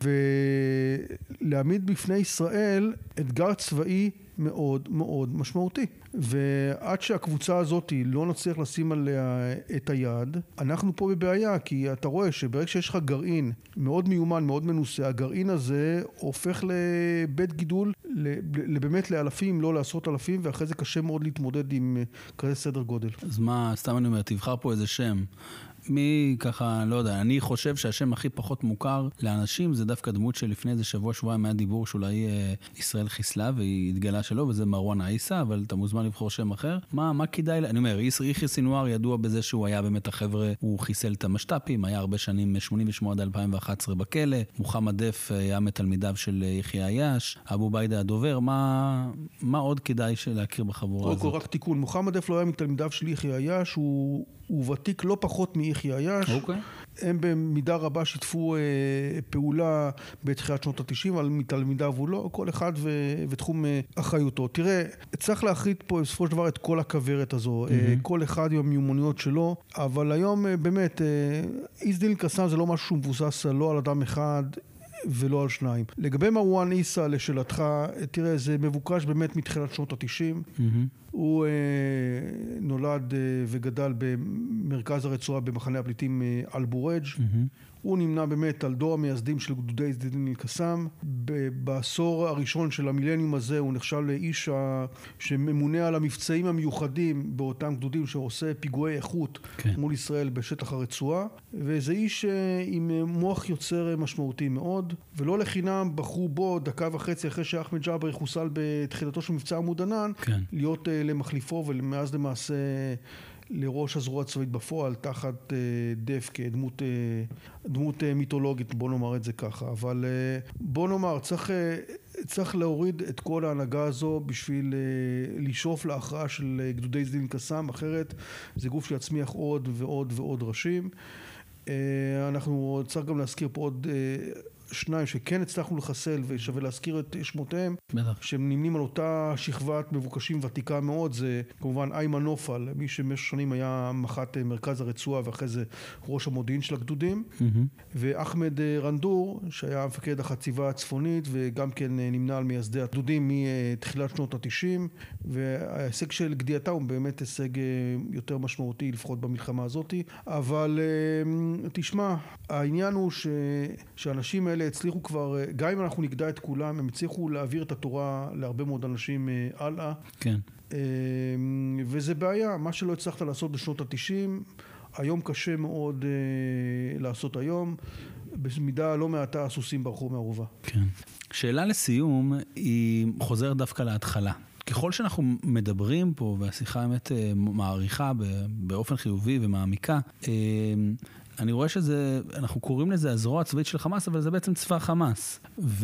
ולהעמיד בפני ישראל אתגר צבאי מאוד מאוד משמעותי. ועד שהקבוצה הזאת לא נצליח לשים עליה את היד, אנחנו פה בבעיה, כי אתה רואה שברגע שיש לך גרעין מאוד מיומן, מאוד מנוסה, הגרעין הזה הופך לבית גידול, באמת לאלפים, לא לעשרות אלפים, ואחרי זה קשה מאוד להתמודד עם כזה סדר גודל. אז מה, סתם אני אומר, תבחר פה איזה שם. מי ככה, לא יודע, אני חושב שהשם הכי פחות מוכר לאנשים זה דווקא דמות שלפני איזה שבוע היה דיבור שאולי ישראל חיסלה והיא התגלה שלו, וזה מרואן עיסא, אבל אתה מוזמן לבחור שם אחר. מה כדאי, אני אומר, יחיא סינואר ידוע בזה שהוא היה באמת החבר'ה, הוא חיסל את המשת"פים, היה הרבה שנים 88 עד 2011 בכלא, מוחמד דף היה מתלמידיו של יחיא עיאש, אבו עוביידה הדובר, מה עוד כדאי להכיר בחבורה הזאת? רק תיקון, מוחמד דף לא היה מתלמידיו של יחיא עיאש, הוא ותיק לא פחות מיחיא עיאש. הם במידה רבה שיתפו פעולה בתחילת שנות ה-90, אבל מתלמידיו הוא לא, כל אחד ותחום אחריותו. תראה, צריך להחליט פה בסופו של דבר את כל הכברת הזו, כל אחד עם המיומנויות שלו, אבל היום באמת, איסדין קסאם זה לא משהו שהוא מבוסס לא על אדם אחד, ולא על שניים. לגבי מרואן עיסא, לשאלתך, תראה, זה מבוקש באמת מתחילת שנות ה-90. הוא נולד וגדל במרכז הרצועה במחנה הפליטים אל-בורג'. הוא נמנה באמת על דור המייסדים של גדודי זדין אל-קסאם. בעשור הראשון של המילניום הזה הוא נחשב לאיש שממונה על המבצעים המיוחדים באותם גדודים שעושה פיגועי איכות מול ישראל בשטח הרצועה, וזה איש עם מוח יוצר משמעותי מאוד, ולא לחינם בחרו בו דקה וחצי אחרי שאחמד ג'עברי חוסל בתחילתו של מבצע עמוד ענן, להיות למחליפו, ומאז למעשה לראש הזרוע הצבאית בפועל, תחת דף כדמות מיתולוגית, בוא נאמר את זה ככה. אבל בוא נאמר, צריך להוריד את כל ההנהגה הזו בשביל לשאוף להכרעה של גדודי זדין אל-קסאם, אחרת זה גוף שיצמיח עוד ועוד ועוד ראשים. אנחנו צריך גם להזכיר פה עוד שניים שכן הצלחנו לחסל, ושווה להזכיר את שמותיהם, שהם נמנים על אותה שכבת מבוקשים ותיקה מאוד. זה כמובן איימן נופל, מי שבמשך שנים היה מח"ט מרכז הרצועה ואחרי זה ראש המודיעין של הגדודים, ואחמד רנדור שהיה מפקד החציבה הצפונית וגם כן נמנה על מייסדי הגדודים מתחילת שנות ה-90, וההישג של גדיעתה הוא באמת הישג יותר משמעותי לפחות במלחמה הזאת. אבל תשמע, העניין הוא שאנשים האלה הצליחו כבר, גם אם אנחנו נגדע את כולם, הם הצליחו להעביר את התורה להרבה מאוד אנשים הלאה. כן. וזה בעיה, מה שלא הצלחת לעשות בשנות ה-90, היום קשה מאוד לעשות היום, במידה לא מעטה הסוסים ברחו מהרובה. כן. שאלה לסיום, היא חוזרת דווקא להתחלה. ככל שאנחנו מדברים פה, והשיחה האמת מעריכה באופן חיובי ומעמיקה, אני רואה אנחנו קוראים לזה הזרוע הצבאית של חמאס, אבל זה בעצם צבא חמאס.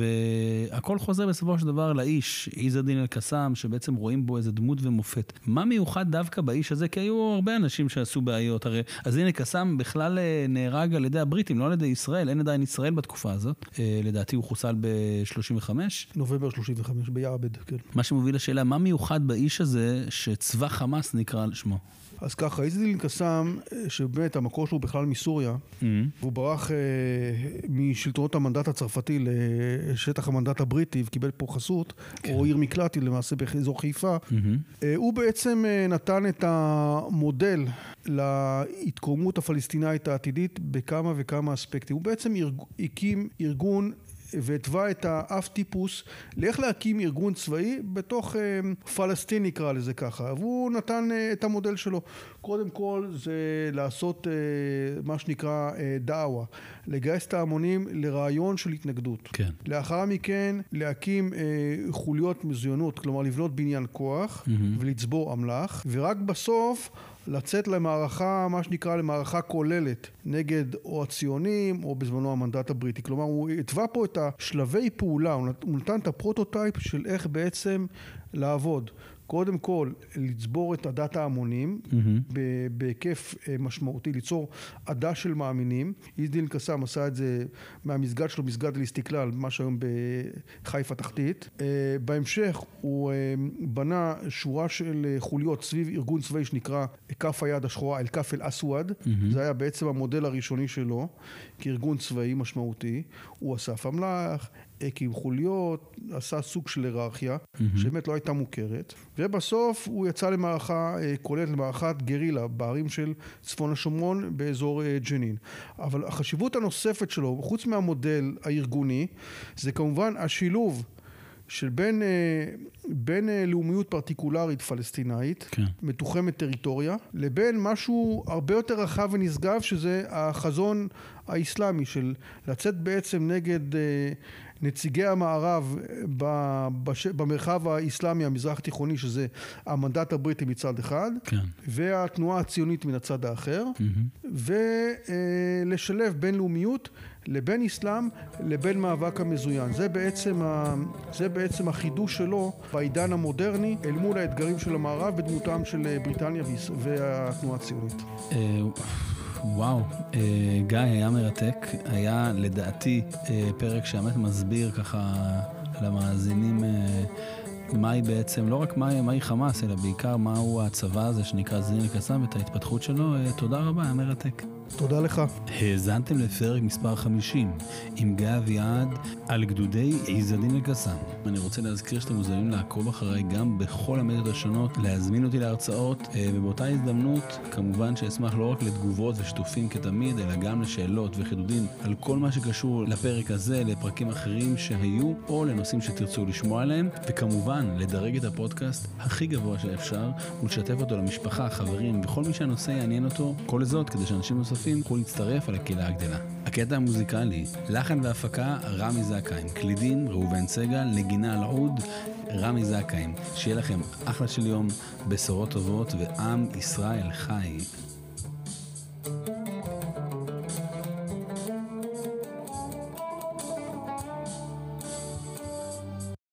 והכל חוזר בסופו של דבר לאיש, עז א-דין אל-קסאם, שבעצם רואים בו איזה דמות ומופת. מה מיוחד דווקא באיש הזה? כי היו הרבה אנשים שעשו בעיות. הרי עז א-דין אל-קסאם בכלל נהרג על ידי הבריטים, לא על ידי ישראל. אין עדיין ישראל בתקופה הזאת. לדעתי הוא חוסל ב-35. נובמבר 35, ביעבד, כן. מה שמוביל לשאלה, מה מיוחד באיש הזה שצבא חמאס נקרא על שמו? אז ככה, עז א-דין אל-קסאם, שבאמת המקור שלו בכלל מסוריה, והוא ברח משלטונות המנדט הצרפתי לשטח המנדט הבריטי, וקיבל פה חסות, או עיר מקלט למעשה באזור חיפה, הוא בעצם נתן את המודל להתקוממות הפלסטינאית העתידית בכמה וכמה אספקטים. הוא בעצם הקים ארגון והתווה את האף טיפוס לאיך להקים ארגון צבאי בתוך פלסטין, נקרא לזה ככה. והוא נתן את המודל שלו. קודם כל זה לעשות מה שנקרא דאווה, לגייס את ההמונים לרעיון של התנגדות. כן. לאחר מכן להקים חוליות מזוינות, כלומר לבנות בניין כוח ולצבור אמל"ח, ורק בסוף לצאת למערכה, מה שנקרא למערכה כוללת, נגד או הציונים או בזמנו המנדט הבריטי. כלומר, הוא התווה פה את השלבי פעולה, הוא נתן את הפרוטוטייפ של איך בעצם לעבוד. קודם כל, לצבור את עדת ההמונים בהיקף משמעותי, ליצור עדה של מאמינים. עז א-דין אל-קסאם עשה את זה מהמסגד שלו, מסגד אל-איסתיקלאל, מה שהיום בחיפה תחתית. בהמשך הוא בנה שורה של חוליות סביב ארגון צבאי שנקרא כף היד השחורה, אל-כף אל-אסווד. זה היה בעצם המודל הראשוני שלו, כארגון צבאי משמעותי. הוא אסף אמל"ח, הקים חוליות, עשה סוג של היררכיה, שבאמת לא הייתה מוכרת, ובסוף הוא יצא למערכה כוללת, למערכת גרילה, בערים של צפון השומרון באזור ג'נין. אבל החשיבות הנוספת שלו, חוץ מהמודל הארגוני, זה כמובן השילוב של בין לאומיות פרטיקולרית פלסטינאית, מתוחמת טריטוריה, לבין משהו הרבה יותר רחב ונשגב, שזה החזון האסלאמי של לצאת בעצם נגד נציגי המערב במרחב האסלאמי המזרח תיכוני, שזה המנדט הבריטי מצד אחד, והתנועה הציונית מן הצד האחר, ולשלב בין לאומיות לבין אסלאם לבין מאבק המזוין. זה בעצם החידוש שלו בעידן המודרני אל מול האתגרים של המערב בדמותם של בריטניה והתנועה הציונית. וואו, גיא, היה מרתק. היה לדעתי פרק שהאמת מסביר ככה למאזינים מהי בעצם, לא רק מהי חמאס, אלא בעיקר מהו הצבא הזה שנקרא עז א-דין אל-קסאם ואת ההתפתחות שלו. תודה רבה, היה מרתק. תודה לך. האזנתם לפרק מספר 50 עם גיא אביעד על גדודי עז א-דין אל-קסאם. אני רוצה להזכיר שאתם מוזמנים לעקוב אחריי גם בכל המדיות השונות, להזמין אותי להרצאות, ובאותה הזדמנות כמובן שאשמח לא רק לתגובות ושיתופים כתמיד, אלא גם לשאלות וחידודים על כל מה שקשור לפרק הזה, לפרקים אחרים שהיו או לנושאים שתרצו לשמוע עליהם, וכמובן לדרג את הפודקאסט הכי גבוה שאפשר ולשתף אותו למשפחה, חברים וכל מי שהנושא יעניין אותו. כל זאת כדי שאנשים נוספים יוכלו להצטרף על הקהילה הגדלה. הקטע המוזיקלי, לחן והפקה רמי זכאים, קלידים ראובן סגל, נגינה על עוד רמי זכאים. שיהיה לכם אחלה של יום, בשורות טובות ועם ישראל חי.